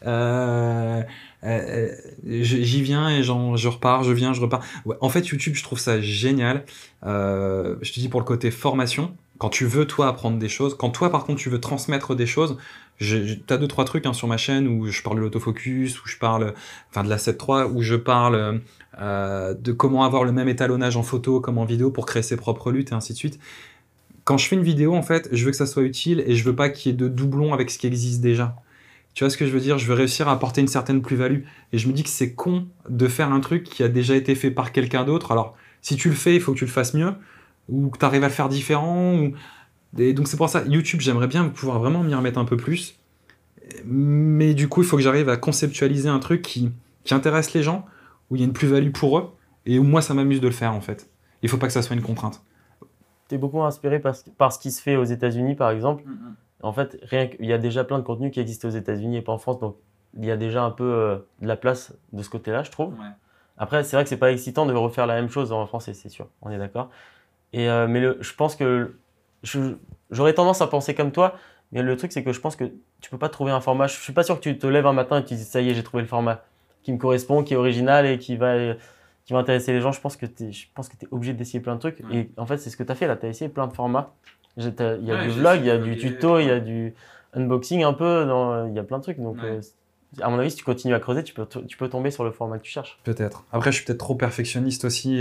j'y viens et je repars, je viens, je repars. Ouais, en fait, YouTube, je trouve ça génial. Je te dis pour le côté formation, quand tu veux, toi, apprendre des choses, quand toi, par contre, tu veux transmettre des choses, t'as deux, trois trucs hein, sur ma chaîne où je parle de l'autofocus, où je parle, enfin, de la 7.3, où je parle de comment avoir le même étalonnage en photo comme en vidéo pour créer ses propres luttes et ainsi de suite. Quand je fais une vidéo, en fait, je veux que ça soit utile et je veux pas qu'il y ait de doublons avec ce qui existe déjà. Tu vois ce que je veux dire? Je veux réussir à apporter une certaine plus-value. Et je me dis que c'est con de faire un truc qui a déjà été fait par quelqu'un d'autre. Alors, si tu le fais, il faut que tu le fasses mieux, ou que tu arrives à le faire différent. Et donc c'est pour ça, YouTube, j'aimerais bien pouvoir vraiment m'y remettre un peu plus. Mais du coup, il faut que j'arrive à conceptualiser un truc qui intéresse les gens, où il y a une plus-value pour eux, et où moi, ça m'amuse de le faire, en fait. Il faut pas que ça soit une contrainte. Tu es beaucoup inspiré par ce qui se fait aux États-Unis par exemple. En fait, il y a déjà plein de contenus qui existent aux États-Unis et pas en France, donc il y a déjà un peu de la place de ce côté-là, je trouve. Ouais. Après, c'est vrai que c'est pas excitant de refaire la même chose en français, c'est sûr, on est d'accord. Mais je pense que j'aurais tendance à penser comme toi, mais le truc c'est que je pense que tu peux pas trouver un format. Je suis pas sûr que tu te lèves un matin et tu dis ça y est, j'ai trouvé le format qui me correspond, qui est original et qui va intéresser les gens. Je pense que tu es obligé d'essayer plein de trucs. Ouais. Et en fait, c'est ce que tu as fait là, tu as essayé plein de formats. Il y a Ouais, du j'ai vlog, essayé il y a de du vlogger, tuto, il y a ouais. du unboxing un peu, il y a plein de trucs. Donc, Ouais. à mon avis, si tu continues à creuser, tu peux tomber sur le format que tu cherches. Peut-être. Après, je suis peut-être trop perfectionniste aussi,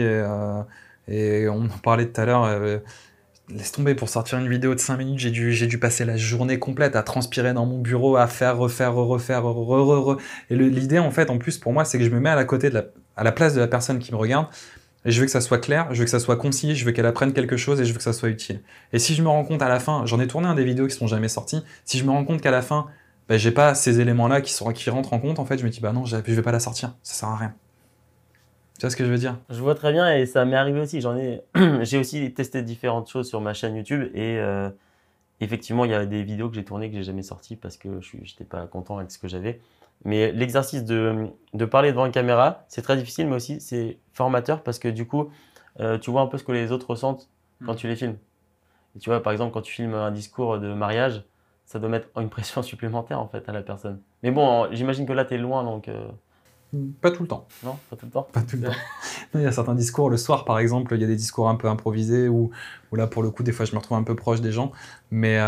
et on en parlait tout à l'heure. Laisse tomber, pour sortir une vidéo de 5 minutes, j'ai dû passer la journée complète à transpirer dans mon bureau, à faire, refaire, refaire, Et l'idée, en fait, en plus, pour moi, c'est que je me mets à la place de la personne qui me regarde, et je veux que ça soit clair, je veux que ça soit concis, je veux qu'elle apprenne quelque chose, et je veux que ça soit utile. Et si je me rends compte à la fin, j'en ai tourné un des vidéos qui sont jamais sorties, si je me rends compte qu'à la fin, bah, j'ai pas ces éléments-là qui rentrent en compte, en fait, je me dis, bah non, je vais pas la sortir, ça sert à rien. Tu vois ce que je veux dire? Je vois très bien et ça m'est arrivé aussi. J'ai aussi testé différentes choses sur ma chaîne YouTube et effectivement, il y a des vidéos que j'ai tournées que j'ai jamais sorties parce que je n'étais pas content avec ce que j'avais. Mais l'exercice de parler devant une caméra, c'est très difficile, mais aussi c'est formateur parce que du coup, tu vois un peu ce que les autres ressentent quand tu les filmes. Et tu vois, par exemple, quand tu filmes un discours de mariage, ça doit mettre une pression supplémentaire en fait à la personne. Mais bon, j'imagine que là, tu es loin, donc Pas tout le temps. non, pas tout le temps. Pas tout le temps. Il y a certains discours, le soir par exemple, il y a des discours un peu improvisés où là pour le coup des fois je me retrouve un peu proche des gens. Mais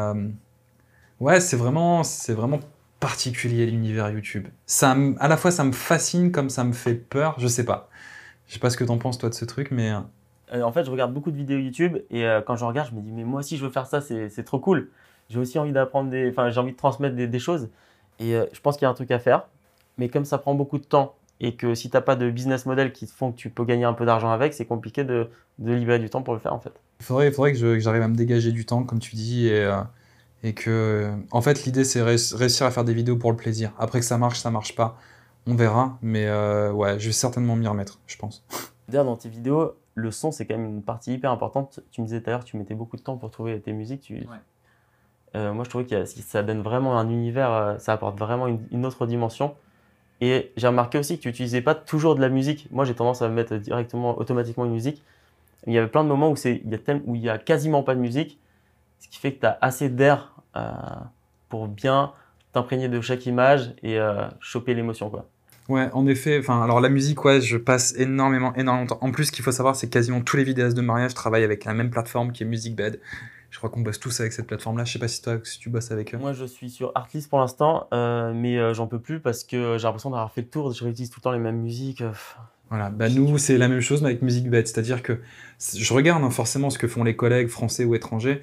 ouais, c'est vraiment particulier l'univers YouTube. À la fois ça me fascine comme ça me fait peur, je sais pas. Je sais pas ce que t'en penses toi de ce truc, mais En fait, je regarde beaucoup de vidéos YouTube et quand je regarde, je me dis, mais moi aussi, je veux faire ça, c'est trop cool. J'ai aussi envie d'apprendre enfin, j'ai envie de transmettre des choses et je pense qu'il y a un truc à faire. Mais comme ça prend beaucoup de temps et que si tu n'as pas de business model qui te font que tu peux gagner un peu d'argent avec, c'est compliqué de libérer du temps pour le faire en fait. il faudrait que j'arrive à me dégager du temps, comme tu dis, et que, en fait, l'idée c'est réussir à faire des vidéos pour le plaisir. Après que ça marche pas, on verra. Mais ouais, je vais certainement m'y remettre, je pense. D'ailleurs, dans tes vidéos, le son, c'est quand même une partie hyper importante. Tu me disais tout à l'heure que tu mettais beaucoup de temps pour trouver tes musiques. Moi, je trouvais que ça donne vraiment un univers, ça apporte vraiment une autre dimension. Et j'ai remarqué aussi que tu n'utilisais pas toujours de la musique. Moi, j'ai tendance à mettre directement, automatiquement une musique. Il y avait plein de moments où il y a quasiment pas de musique, ce qui fait que tu as assez d'air pour bien t'imprégner de chaque image et choper l'émotion, quoi. Ouais, en effet, enfin, alors la musique, ouais, je passe énormément de temps. En plus, ce qu'il faut savoir, c'est que quasiment tous les vidéastes de mariage travaillent avec la même plateforme qui est MusicBed. Je crois qu'on bosse tous avec cette plateforme-là. Je sais pas si toi, si tu bosses avec eux. Moi, je suis sur Artlist pour l'instant, mais j'en peux plus parce que j'ai l'impression d'avoir fait le tour. Je réutilise tout le temps les mêmes musiques. Voilà, bah nous, c'est la même chose, mais avec MusicBed. C'est-à-dire que je regarde forcément ce que font les collègues français ou étrangers,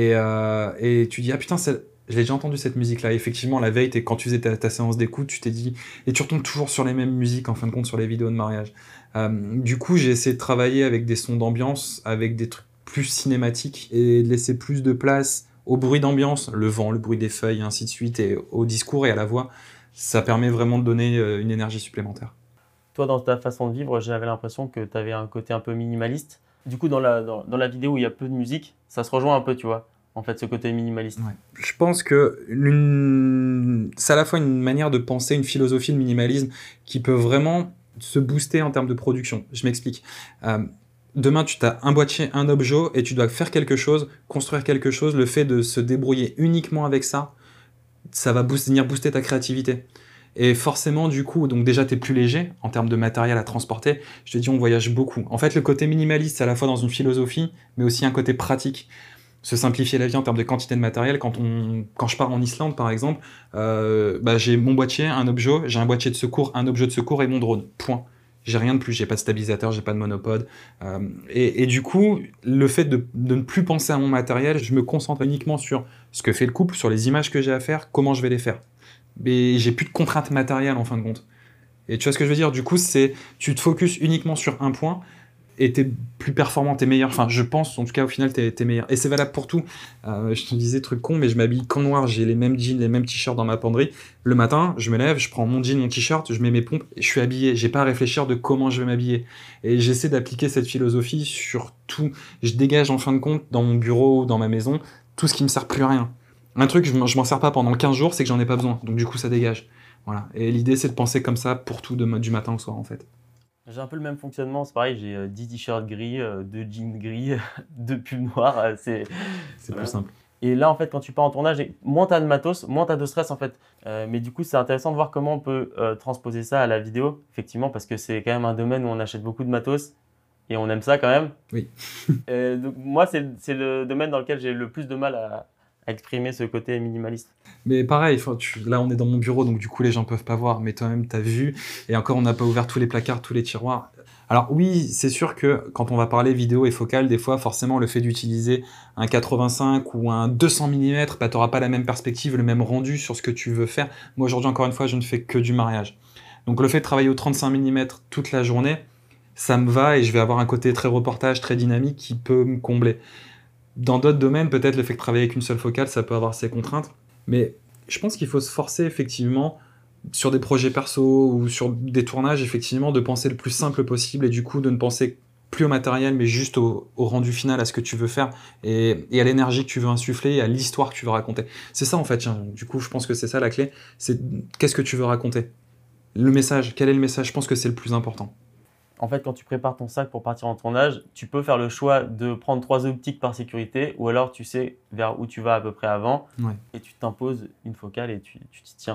et tu dis, ah putain, je l'ai déjà entendu cette musique-là. Et effectivement, la veille, quand tu faisais ta séance d'écoute, tu t'es dit, et tu retombes toujours sur les mêmes musiques, en fin de compte, sur les vidéos de mariage. Du coup, j'ai essayé de travailler avec des sons d'ambiance, avec des trucs plus cinématiques, et de laisser plus de place au bruit d'ambiance, le vent, le bruit des feuilles, et ainsi de suite, et au discours et à la voix. Ça permet vraiment de donner une énergie supplémentaire. Toi, dans ta façon de vivre, j'avais l'impression que tu avais un côté un peu minimaliste. Du coup, dans la vidéo où il y a peu de musique, ça se rejoint un peu, tu vois, en fait, ce côté minimaliste. Ouais. Je pense que c'est à la fois une manière de penser, une philosophie de minimalisme qui peut vraiment se booster en termes de production. Je m'explique. Demain, tu as un boîtier, un objet, et tu dois faire quelque chose, construire quelque chose. Le fait de se débrouiller uniquement avec ça, ça va venir booster ta créativité. Et forcément, du coup, donc déjà, tu es plus léger en termes de matériel à transporter. Je te dis, on voyage beaucoup. En fait, le côté minimaliste, c'est à la fois dans une philosophie, mais aussi un côté pratique. Se simplifier la vie en termes de quantité de matériel. Quand je pars en Islande, par exemple, j'ai mon boîtier, un objet, j'ai un boîtier de secours, un objet de secours et mon drone. Point. J'ai rien de plus, j'ai pas de stabilisateur, j'ai pas de monopode. Et du coup, le fait de ne plus penser à mon matériel, je me concentre uniquement sur ce que fait le couple, sur les images que j'ai à faire, comment je vais les faire. Mais j'ai plus de contraintes matérielles en fin de compte. Et tu vois ce que je veux dire? Du coup, tu te focuses uniquement sur un point et t'es plus performant, t'es meilleur. Enfin, je pense, en tout cas, au final, t'es meilleur. Et c'est valable pour tout. Je te disais, truc con, mais je m'habille qu'en noir, j'ai les mêmes jeans, les mêmes t-shirts dans ma penderie. Le matin, je me lève, je prends mon jean, mon t-shirt, je mets mes pompes, et je suis habillé. J'ai pas à réfléchir de comment je vais m'habiller. Et j'essaie d'appliquer cette philosophie sur tout. Je dégage, en fin de compte, dans mon bureau, dans ma maison, tout ce qui me sert plus à rien. Un truc, je m'en sers pas pendant 15 jours, c'est que j'en ai pas besoin. Donc, du coup, ça dégage. Voilà. Et l'idée, c'est de penser comme ça pour tout du matin au soir, en fait. J'ai un peu le même fonctionnement, c'est pareil, j'ai 10 t-shirts gris, 2 jeans gris, 2 pulls noirs, c'est plus simple. Et là, en fait, quand tu pars en tournage, moins tu as de matos, moins tu as de stress, en fait. Mais du coup, c'est intéressant de voir comment on peut transposer ça à la vidéo, effectivement, parce que c'est quand même un domaine où on achète beaucoup de matos et on aime ça quand même. Oui. Donc, moi, c'est le domaine dans lequel j'ai le plus de mal à exprimer ce côté minimaliste. Mais pareil, là on est dans mon bureau, donc du coup les gens peuvent pas voir, mais toi-même t'as vu, et encore on n'a pas ouvert tous les placards, tous les tiroirs. Alors oui, c'est sûr que quand on va parler vidéo et focale, des fois forcément le fait d'utiliser un 85 ou un 200 mm, bah, t'auras pas la même perspective, le même rendu sur ce que tu veux faire. Moi aujourd'hui encore une fois, je ne fais que du mariage. Donc le fait de travailler au 35 mm toute la journée, ça me va et je vais avoir un côté très reportage, très dynamique qui peut me combler. Dans d'autres domaines, peut-être le fait de travailler avec une seule focale, ça peut avoir ses contraintes. Mais je pense qu'il faut se forcer effectivement sur des projets perso ou sur des tournages, effectivement, de penser le plus simple possible et du coup de ne penser plus au matériel, mais juste au rendu final, à ce que tu veux faire et à l'énergie que tu veux insuffler et à l'histoire que tu veux raconter. C'est ça en fait, du coup je pense que c'est ça la clé, c'est qu'est-ce que tu veux raconter? Le message, quel est le message? Je pense que c'est le plus important. En fait, quand tu prépares ton sac pour partir en tournage, tu peux faire le choix de prendre 3 optiques par sécurité ou alors tu sais vers où tu vas à peu près avant et tu t'imposes une focale et tu t'y tiens.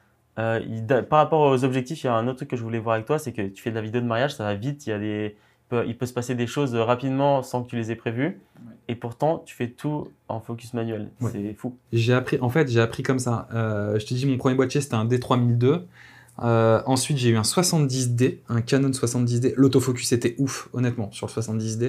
Par rapport aux objectifs, il y a un autre truc que je voulais voir avec toi, c'est que tu fais de la vidéo de mariage, ça va vite, il peut se passer des choses rapidement sans que tu les aies prévues et pourtant tu fais tout en focus manuel. Ouais. C'est fou. J'ai appris comme ça. Je te dis, mon premier boîtier c'était un D3002. Ensuite, j'ai eu un 70D, un Canon 70D. L'autofocus était ouf, honnêtement, sur le 70D.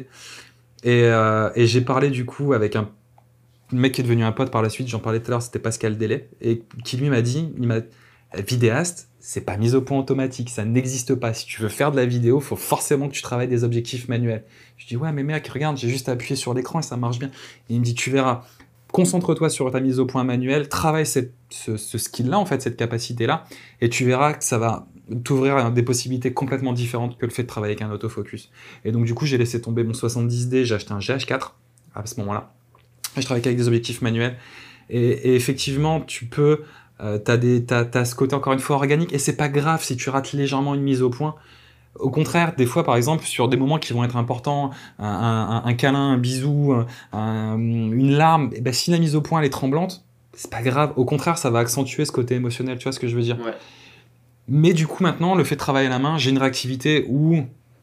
Et j'ai parlé du coup avec un mec qui est devenu un pote par la suite, j'en parlais tout à l'heure, c'était Pascal Delay, et qui lui m'a dit, vidéaste, c'est pas mise au point automatique, ça n'existe pas. Si tu veux faire de la vidéo, faut forcément que tu travailles des objectifs manuels. Je dis, ouais, mais mec, regarde, j'ai juste appuyé sur l'écran et ça marche bien. Et il me dit, tu verras. Concentre-toi sur ta mise au point manuelle, travaille ce skill-là, en fait, cette capacité-là, et tu verras que ça va t'ouvrir des possibilités complètement différentes que le fait de travailler avec un autofocus. Et donc, du coup, j'ai laissé tomber mon 70D, j'ai acheté un GH4 à ce moment-là. Et je travaille avec des objectifs manuels. Et effectivement, tu peux T'as ce côté encore une fois organique, et c'est pas grave si tu rates légèrement une mise au point. Au contraire, des fois, par exemple, sur des moments qui vont être importants, un câlin, un bisou, une larme, et ben, si la mise au point elle est tremblante, c'est pas grave. Au contraire, ça va accentuer ce côté émotionnel, tu vois ce que je veux dire. Ouais. Mais du coup, maintenant, le fait de travailler la main, j'ai une réactivité où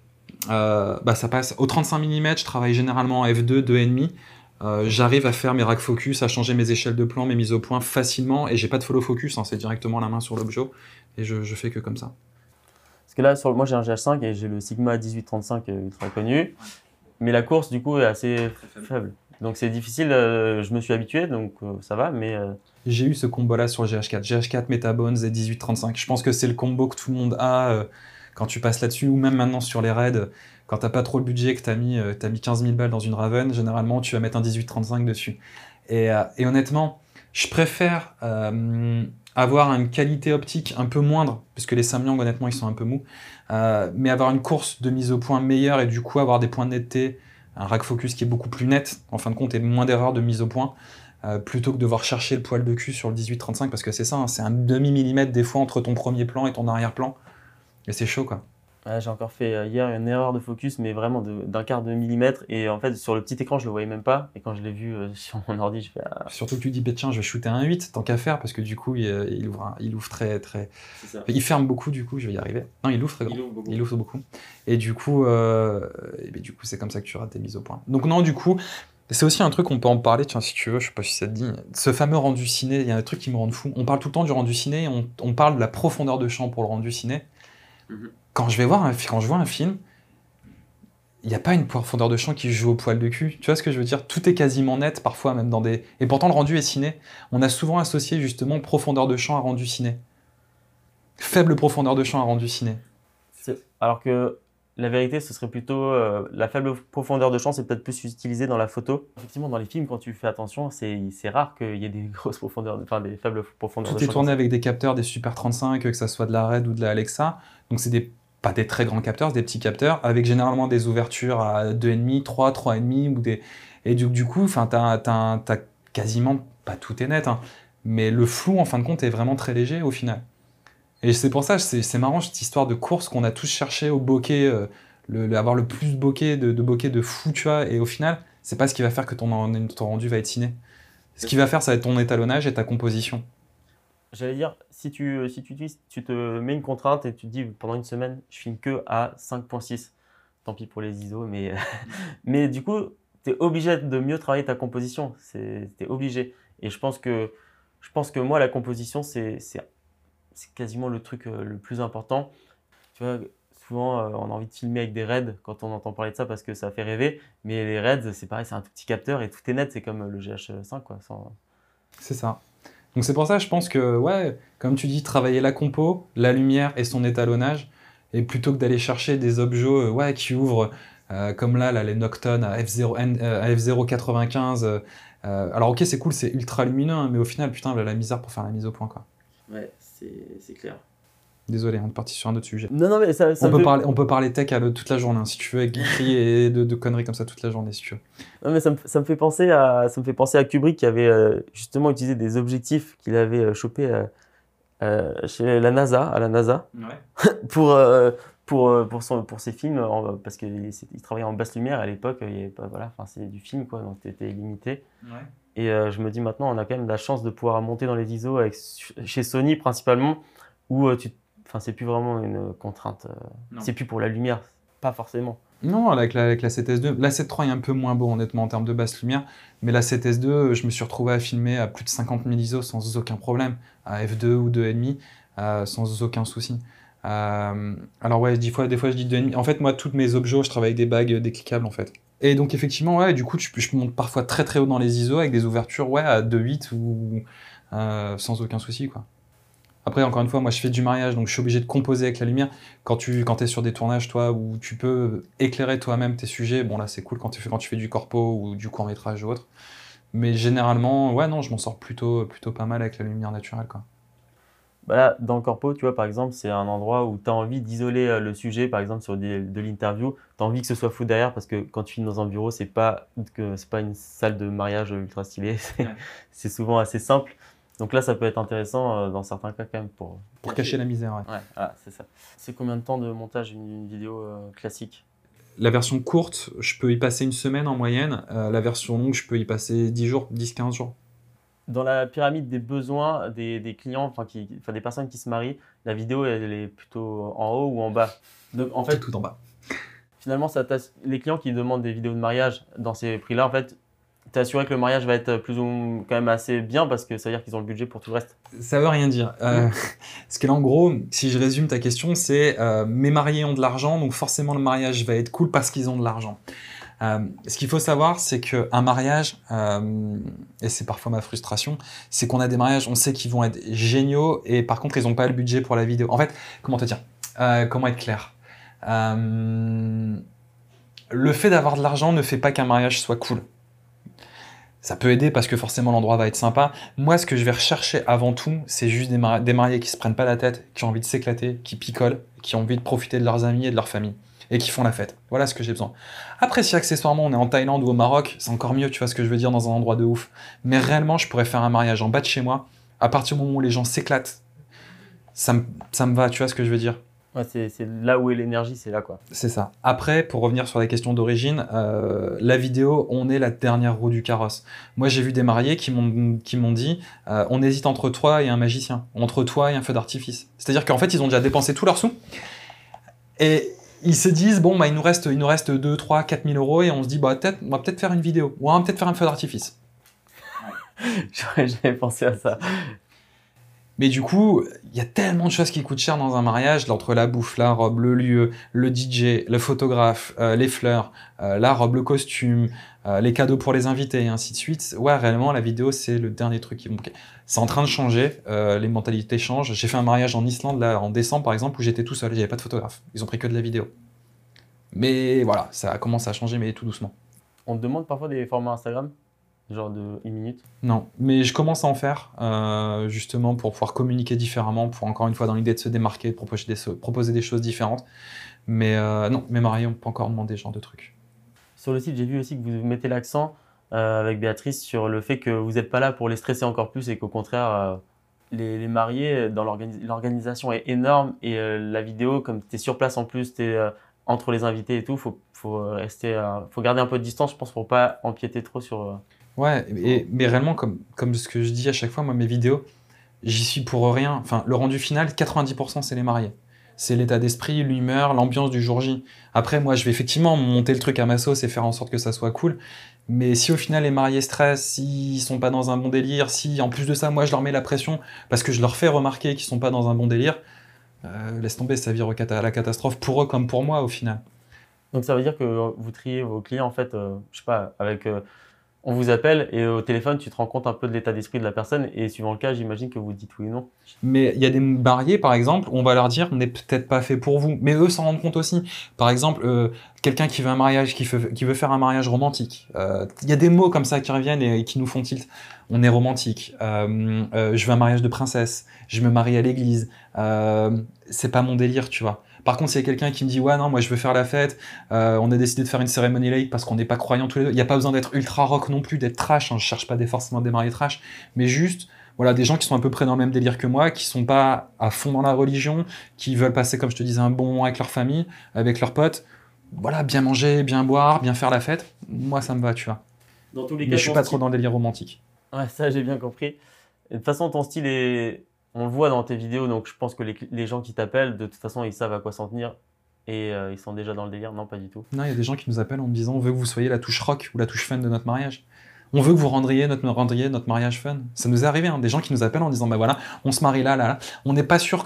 ça passe au 35 mm, je travaille généralement en F2, 2,5. J'arrive à faire mes rack focus, à changer mes échelles de plan, mes mises au point facilement, et j'ai pas de follow focus, hein, c'est directement la main sur l'objet, et je fais que comme ça. Parce que là, moi j'ai un GH5 et j'ai le Sigma 1835 ultra connu, mais la course du coup est assez faible. Donc c'est difficile, je me suis habitué, donc ça va, mais J'ai eu ce combo-là sur le GH4. GH4, Metabones et 1835. Je pense que c'est le combo que tout le monde a quand tu passes là-dessus, ou même maintenant sur les raids. Quand t'as pas trop le budget, que t'as mis 15 000 balles dans une Raven, généralement tu vas mettre un 1835 dessus. Et honnêtement, je préfère avoir une qualité optique un peu moindre, puisque les Samyang, honnêtement, ils sont un peu mous, mais avoir une course de mise au point meilleure et du coup avoir des points de netteté, un rack focus qui est beaucoup plus net, en fin de compte, et moins d'erreurs de mise au point. Plutôt que de devoir chercher le poil de cul sur le 18-35, parce que c'est ça, hein, c'est un demi-millimètre des fois entre ton premier plan et ton arrière-plan, et c'est chaud quoi. ouais, j'ai encore fait hier une erreur de focus, mais vraiment d'un quart de millimètre, et en fait sur le petit écran je le voyais même pas, et quand je l'ai vu sur mon ordi, je fais ah. Surtout que tu dis, bah, tiens, je vais shooter un 8, tant qu'à faire, parce que du coup, il ouvre très, très... C'est ça. Il ferme beaucoup, du coup, je vais y arriver. Non, il ouvre très grand. Il ouvre beaucoup. Et du coup, c'est comme ça que tu rates tes mises au point. Donc non, du coup, c'est aussi un truc, on peut en parler, tiens, si tu veux, je sais pas si ça te dit. Ce fameux rendu ciné, il y a un truc qui me rend fou. On parle tout le temps du rendu ciné, on parle de la profondeur de champ pour le rendu ciné. Mhm. Quand je vois un film, il n'y a pas une profondeur de champ qui joue au poil de cul. Tu vois ce que je veux dire? Tout est quasiment net, parfois même dans des... Et pourtant, le rendu est ciné. On a souvent associé justement profondeur de champ à rendu ciné. Faible profondeur de champ à rendu ciné. Alors que la vérité, ce serait plutôt la faible profondeur de champ, c'est peut-être plus utilisé dans la photo. Effectivement, dans les films, quand tu fais attention, c'est rare qu'il y ait des grosses profondeurs, enfin des faibles profondeurs de champ. Tout est tourné avec des capteurs, des Super 35, que ça soit de la Red ou de la Alexa. Donc c'est pas des très grands capteurs, c'est des petits capteurs, avec généralement des ouvertures à 2,5, 3, 3,5, ou des... Et du coup, t'as quasiment, pas tout est net, hein, mais le flou, en fin de compte, est vraiment très léger au final. Et c'est pour ça, c'est marrant, cette histoire de course qu'on a tous cherché au bokeh, avoir le plus bokeh de fou, tu vois, et au final, c'est pas ce qui va faire que ton rendu va être ciné. Ce qui va faire, ça va être ton étalonnage et ta composition. J'allais dire, si tu te mets une contrainte et tu te dis pendant une semaine, je filme que à 5.6. Tant pis pour les ISO, mais du coup, tu es obligé de mieux travailler ta composition. Tu es obligé. Et je pense que moi, la composition, c'est quasiment le truc le plus important. Tu vois, souvent, on a envie de filmer avec des RED quand on entend parler de ça parce que ça fait rêver. Mais les RED, c'est pareil, c'est un tout petit capteur et tout est net. C'est comme le GH5, quoi. C'est ça. Donc c'est pour ça, je pense que, ouais, comme tu dis, travailler la compo, la lumière et son étalonnage, et plutôt que d'aller chercher des objets ouais, qui ouvrent, comme là, les Nocton à F0.95. Alors ok, c'est cool, c'est ultra lumineux, hein, mais au final, putain, la misère pour faire la mise au point, quoi. Ouais, c'est clair. Désolé, on est parti sur un autre sujet. Non, mais ça on peut parler tech toute la journée, hein, si tu veux, avec geekery et de conneries comme ça toute la journée, si tu veux. Non, mais ça me fait penser à Kubrick qui avait justement utilisé des objectifs qu'il avait chopés chez la NASA, à la NASA, Ouais. pour ses films, parce qu'il travaillait en basse lumière à l'époque, il y avait pas, voilà, enfin, c'est du film, quoi, donc c'était limité. Ouais. Et je me dis maintenant, on a quand même la chance de pouvoir monter dans les ISO chez Sony principalement, où c'est plus vraiment une contrainte. C'est plus pour la lumière, pas forcément. Non, avec la 7S2. La 7III est un peu moins beau, honnêtement, en termes de basse lumière. Mais la 7S2, je me suis retrouvé à filmer à plus de 50 000 ISO sans aucun problème. À F2 ou 2,5, sans aucun souci. Alors ouais, des fois je dis 2,5. En fait, moi, toutes mes objets, je travaille avec des bagues déclicables, en fait. Et donc, effectivement, ouais, du coup, je monte parfois très très haut dans les ISO avec des ouvertures, ouais, à 2,8 ou sans aucun souci, quoi. Après, encore une fois, moi je fais du mariage, donc je suis obligé de composer avec la lumière. Quand t'es sur des tournages, toi, où tu peux éclairer toi-même tes sujets, bon là c'est cool quand tu fais du corpo ou du court-métrage ou autre. Mais généralement, ouais, non, je m'en sors plutôt pas mal avec la lumière naturelle, quoi. Bah là, dans le corpo, tu vois, par exemple, c'est un endroit où tu as envie d'isoler le sujet, par exemple, sur de l'interview. Tu as envie que ce soit flou derrière parce que quand tu filmes dans un bureau, c'est pas une salle de mariage ultra stylée. C'est souvent assez simple. Donc là, ça peut être intéressant dans certains cas quand même Pour cacher la misère, ouais. Ouais, voilà, c'est ça. C'est combien de temps de montage une vidéo classique? La version courte, je peux y passer une semaine en moyenne. La version longue, je peux y passer 10 jours, 10-15 jours. Dans la pyramide des besoins des clients, enfin des personnes qui se marient, la vidéo, elle est plutôt en haut ou en bas? Donc en fait, Tout en bas. finalement, les clients qui demandent des vidéos de mariage dans ces prix-là, en fait, t'es assuré que le mariage va être plus ou moins quand même assez bien parce que ça veut dire qu'ils ont le budget pour tout le reste. Ça veut rien dire. Parce que là, en gros, si je résume ta question, c'est mes mariés ont de l'argent, donc forcément le mariage va être cool parce qu'ils ont de l'argent. Ce qu'il faut savoir, c'est qu'un mariage, et c'est parfois ma frustration, c'est qu'on a des mariages, on sait qu'ils vont être géniaux, et par contre, ils n'ont pas le budget pour la vidéo. En fait, comment te dire comment être clair le fait d'avoir de l'argent ne fait pas qu'un mariage soit cool. Ça peut aider parce que forcément l'endroit va être sympa. Moi, ce que je vais rechercher avant tout, c'est juste des mariés qui se prennent pas la tête, qui ont envie de s'éclater, qui picolent, qui ont envie de profiter de leurs amis et de leur famille, et qui font la fête. Voilà ce que j'ai besoin. Après, si accessoirement on est en Thaïlande ou au Maroc, c'est encore mieux, tu vois ce que je veux dire, dans un endroit de ouf. Mais réellement, je pourrais faire un mariage en bas de chez moi, à partir du moment où les gens s'éclatent, ça me va, tu vois ce que je veux dire. Ouais, c'est là où est l'énergie, c'est là quoi. C'est ça. Après, pour revenir sur la question d'origine, la vidéo, on est la dernière roue du carrosse. Moi, j'ai vu des mariés qui m'ont dit on hésite entre toi et un magicien, entre toi et un feu d'artifice. C'est-à-dire qu'en fait, ils ont déjà dépensé tous leurs sous et ils se disent bon, bah, il nous reste 2, 3, 4 000 euros et on se dit bah, on va peut-être faire une vidéo ou on va peut-être faire un feu d'artifice. J'avais pensé à ça. Mais du coup, il y a tellement de choses qui coûtent cher dans un mariage, entre la bouffe, la robe, le lieu, le DJ, le photographe, les fleurs, la robe, le costume, les cadeaux pour les invités, et ainsi de suite. Ouais, réellement, la vidéo, c'est le dernier truc qui vont manquer. C'est en train de changer, les mentalités changent. J'ai fait un mariage en Islande, là, en décembre, par exemple, où j'étais tout seul, il n'y avait pas de photographe. Ils ont pris que de la vidéo. Mais voilà, ça commence à changer, mais tout doucement. On te demande parfois des formats Instagram, genre de 1 minute. Non, mais je commence à en faire, justement pour pouvoir communiquer différemment, pour encore une fois dans l'idée de se démarquer, de proposer des choses différentes. Mais non, mes mariés n'ont pas encore demandé ce genre de trucs. Sur le site, j'ai vu aussi que vous mettez l'accent avec Béatrice sur le fait que vous n'êtes pas là pour les stresser encore plus et qu'au contraire, les mariés, dans l'organisation est énorme et la vidéo, comme tu es sur place en plus, tu es entre les invités et tout, faut garder un peu de distance, je pense, pour pas empiéter trop sur. Ouais, mais réellement, comme ce que je dis à chaque fois, moi, mes vidéos, j'y suis pour rien. Enfin, le rendu final, 90%, c'est les mariés. C'est l'état d'esprit, l'humeur, l'ambiance du jour J. Après, moi, je vais effectivement monter le truc à ma sauce et faire en sorte que ça soit cool. Mais si au final les mariés stressent, s'ils sont pas dans un bon délire, si en plus de ça, moi, je leur mets la pression parce que je leur fais remarquer qu'ils sont pas dans un bon délire, laisse tomber, ça vire à la catastrophe pour eux comme pour moi au final. Donc ça veut dire que vous triez vos clients en fait, je sais pas, avec on vous appelle et au téléphone tu te rends compte un peu de l'état d'esprit de la personne et suivant le cas, j'imagine que vous dites oui ou non. Mais il y a des mariés, par exemple, on va leur dire on n'est peut-être pas fait pour vous, mais eux s'en rendent compte aussi. Par exemple, quelqu'un qui veut un mariage, qui veut faire un mariage romantique. Il y a des mots comme ça qui reviennent et qui nous font tilt. On est romantique. Je veux un mariage de princesse. Je me marie à l'église. C'est pas mon délire, tu vois. Par contre, s'il y a quelqu'un qui me dit ouais non, moi je veux faire la fête, on a décidé de faire une cérémonie laïque parce qu'on n'est pas croyants tous les deux. Il n'y a pas besoin d'être ultra rock non plus, d'être trash. Hein. Je cherche pas forcément des mariés trash, mais juste voilà, des gens qui sont à peu près dans le même délire que moi, qui sont pas à fond dans la religion, qui veulent passer, comme je te disais, un bon moment avec leur famille, avec leurs potes. Voilà, bien manger, bien boire, bien faire la fête. Moi, ça me va, tu vois. Dans tous les Mais cas, je suis pas trop dans le délire romantique. Ouais, ça j'ai bien compris. Et de toute façon, ton style est, on le voit dans tes vidéos, donc je pense que les gens qui t'appellent, de toute façon, ils savent à quoi s'en tenir et ils sont déjà dans le délire. Non, pas du tout. Non, il y a des gens qui nous appellent en me disant on veut que vous soyez la touche rock ou la touche fun de notre mariage. On veut que vous rendriez notre mariage fun. Ça nous est arrivé, hein, des gens qui nous appellent en disant bah voilà, on se marie là, là, là. On n'est pas sûr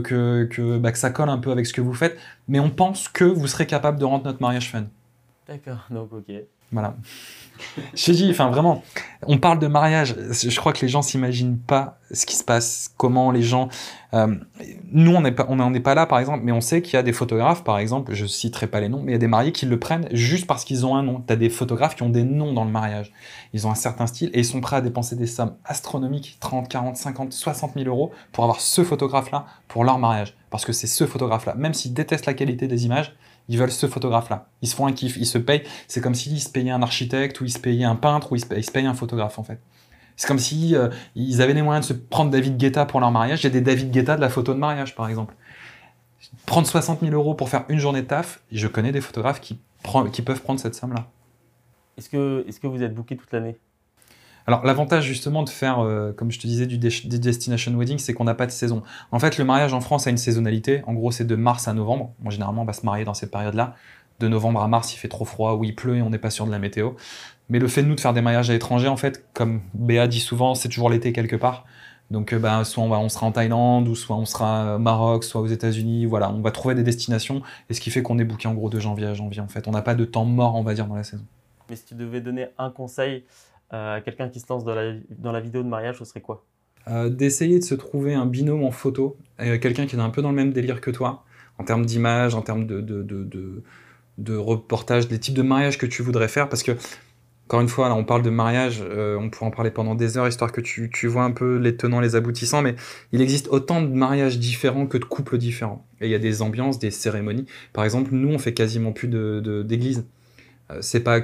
que ça colle un peu avec ce que vous faites, mais on pense que vous serez capable de rendre notre mariage fun. D'accord, donc ok. Voilà. Je t'ai dit, enfin vraiment, on parle de mariage. Je crois que les gens s'imaginent pas ce qui se passe, comment les gens. Nous, on n'est pas là, par exemple, mais on sait qu'il y a des photographes, par exemple, je citerai pas les noms, mais il y a des mariés qui le prennent juste parce qu'ils ont un nom. T'as des photographes qui ont des noms dans le mariage. Ils ont un certain style et ils sont prêts à dépenser des sommes astronomiques, 30, 40, 50, 60 000 euros, pour avoir ce photographe-là pour leur mariage. Parce que c'est ce photographe-là. Même s'ils détestent la qualité des images, ils veulent ce photographe-là. Ils se font un kiff, ils se payent. C'est comme s'ils se payaient un architecte, ou ils se payaient un peintre, ou ils se payent un photographe, en fait. C'est comme si ils avaient les moyens de se prendre David Guetta pour leur mariage. Il y a des David Guetta de la photo de mariage, par exemple. Prendre 60 000 € pour faire une journée de taf, je connais des photographes qui peuvent prendre cette somme-là. Est-ce que vous êtes booké toute l'année? Alors, l'avantage justement de faire, comme je te disais, du destination wedding, c'est qu'on n'a pas de saison. En fait, le mariage en France a une saisonnalité. En gros, c'est de mars à novembre. Moi, généralement, on va se marier dans cette période-là. De novembre à mars, il fait trop froid ou il pleut et on n'est pas sûr de la météo. Mais le fait de nous de faire des mariages à l'étranger, en fait, comme Béa dit souvent, c'est toujours l'été quelque part. Donc, soit on sera en Thaïlande, ou soit on sera au Maroc, soit aux États-Unis. Voilà, on va trouver des destinations. Et ce qui fait qu'on est booké en gros de janvier à janvier. En fait, on n'a pas de temps mort, on va dire, dans la saison. Mais si tu devais donner un conseil à quelqu'un qui se lance dans la vidéo de mariage, ce serait quoi? D'essayer de se trouver un binôme en photo, quelqu'un qui est un peu dans le même délire que toi, en termes d'image, en termes de reportage, des types de mariage que tu voudrais faire, parce que, encore une fois, là, on parle de mariage, on pourrait en parler pendant des heures, histoire que tu vois un peu les tenants, les aboutissants, mais il existe autant de mariages différents que de couples différents. Et il y a des ambiances, des cérémonies. Par exemple, nous, on fait quasiment plus d'église. C'est pas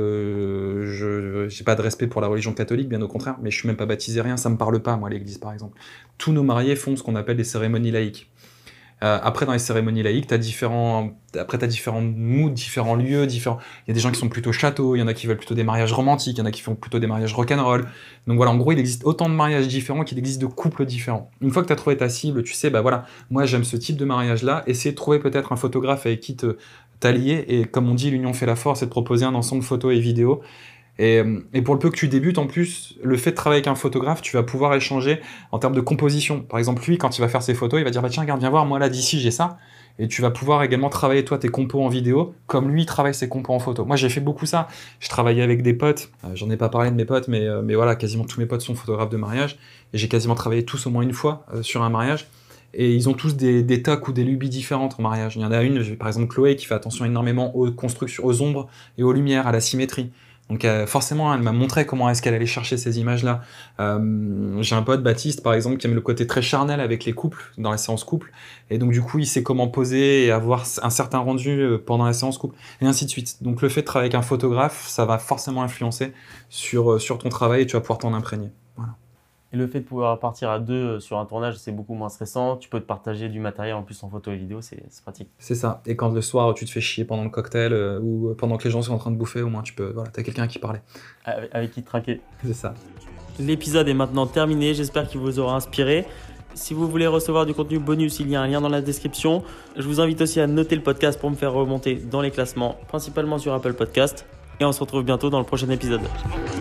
que j'ai pas de respect pour la religion catholique, bien au contraire, mais je suis même pas baptisé, rien, ça me parle pas, moi, l'église, par exemple. Tous nos mariés font ce qu'on appelle des cérémonies laïques. Après, dans les cérémonies laïques, t'as différents moods, différents lieux, Il y a des gens qui sont plutôt châteaux, il y en a qui veulent plutôt des mariages romantiques, il y en a qui font plutôt des mariages rock'n'roll. Donc voilà, en gros, il existe autant de mariages différents qu'il existe de couples différents. Une fois que t'as trouvé ta cible, tu sais, bah voilà, moi j'aime ce type de mariage-là, essaie de trouver peut-être un photographe avec qui t'allier, et comme on dit, l'union fait la force, c'est de proposer un ensemble photos et vidéos. Et pour le peu que tu débutes, en plus, le fait de travailler avec un photographe, tu vas pouvoir échanger en termes de composition. Par exemple, lui, quand il va faire ses photos, il va dire bah tiens, regarde, viens voir, moi là d'ici j'ai ça. Et tu vas pouvoir également travailler toi tes compos en vidéo, comme lui travaille ses compos en photo. Moi j'ai fait beaucoup ça. Je travaillais avec des potes. J'en ai pas parlé de mes potes, mais voilà, quasiment tous mes potes sont photographes de mariage. Et j'ai quasiment travaillé tous au moins une fois sur un mariage. Et ils ont tous des tocs ou des lubies différentes en mariage. Il y en a une, par exemple Chloé, qui fait attention énormément aux constructions, aux ombres et aux lumières, à la symétrie. Donc forcément, elle m'a montré comment est-ce qu'elle allait chercher ces images-là. J'ai un pote, Baptiste, par exemple, qui aime le côté très charnel avec les couples, dans la séance couple. Et donc du coup, il sait comment poser et avoir un certain rendu pendant la séance couple, et ainsi de suite. Donc le fait de travailler avec un photographe, ça va forcément influencer sur ton travail et tu vas pouvoir t'en imprégner. Voilà. Et le fait de pouvoir partir à deux sur un tournage, c'est beaucoup moins stressant. Tu peux te partager du matériel en plus en photo et vidéo, c'est pratique. C'est ça. Et quand le soir, tu te fais chier pendant le cocktail ou pendant que les gens sont en train de bouffer, au moins t'as quelqu'un à qui parler. Avec qui trinquer. C'est ça. L'épisode est maintenant terminé. J'espère qu'il vous aura inspiré. Si vous voulez recevoir du contenu bonus, il y a un lien dans la description. Je vous invite aussi à noter le podcast pour me faire remonter dans les classements, principalement sur Apple Podcast. Et on se retrouve bientôt dans le prochain épisode.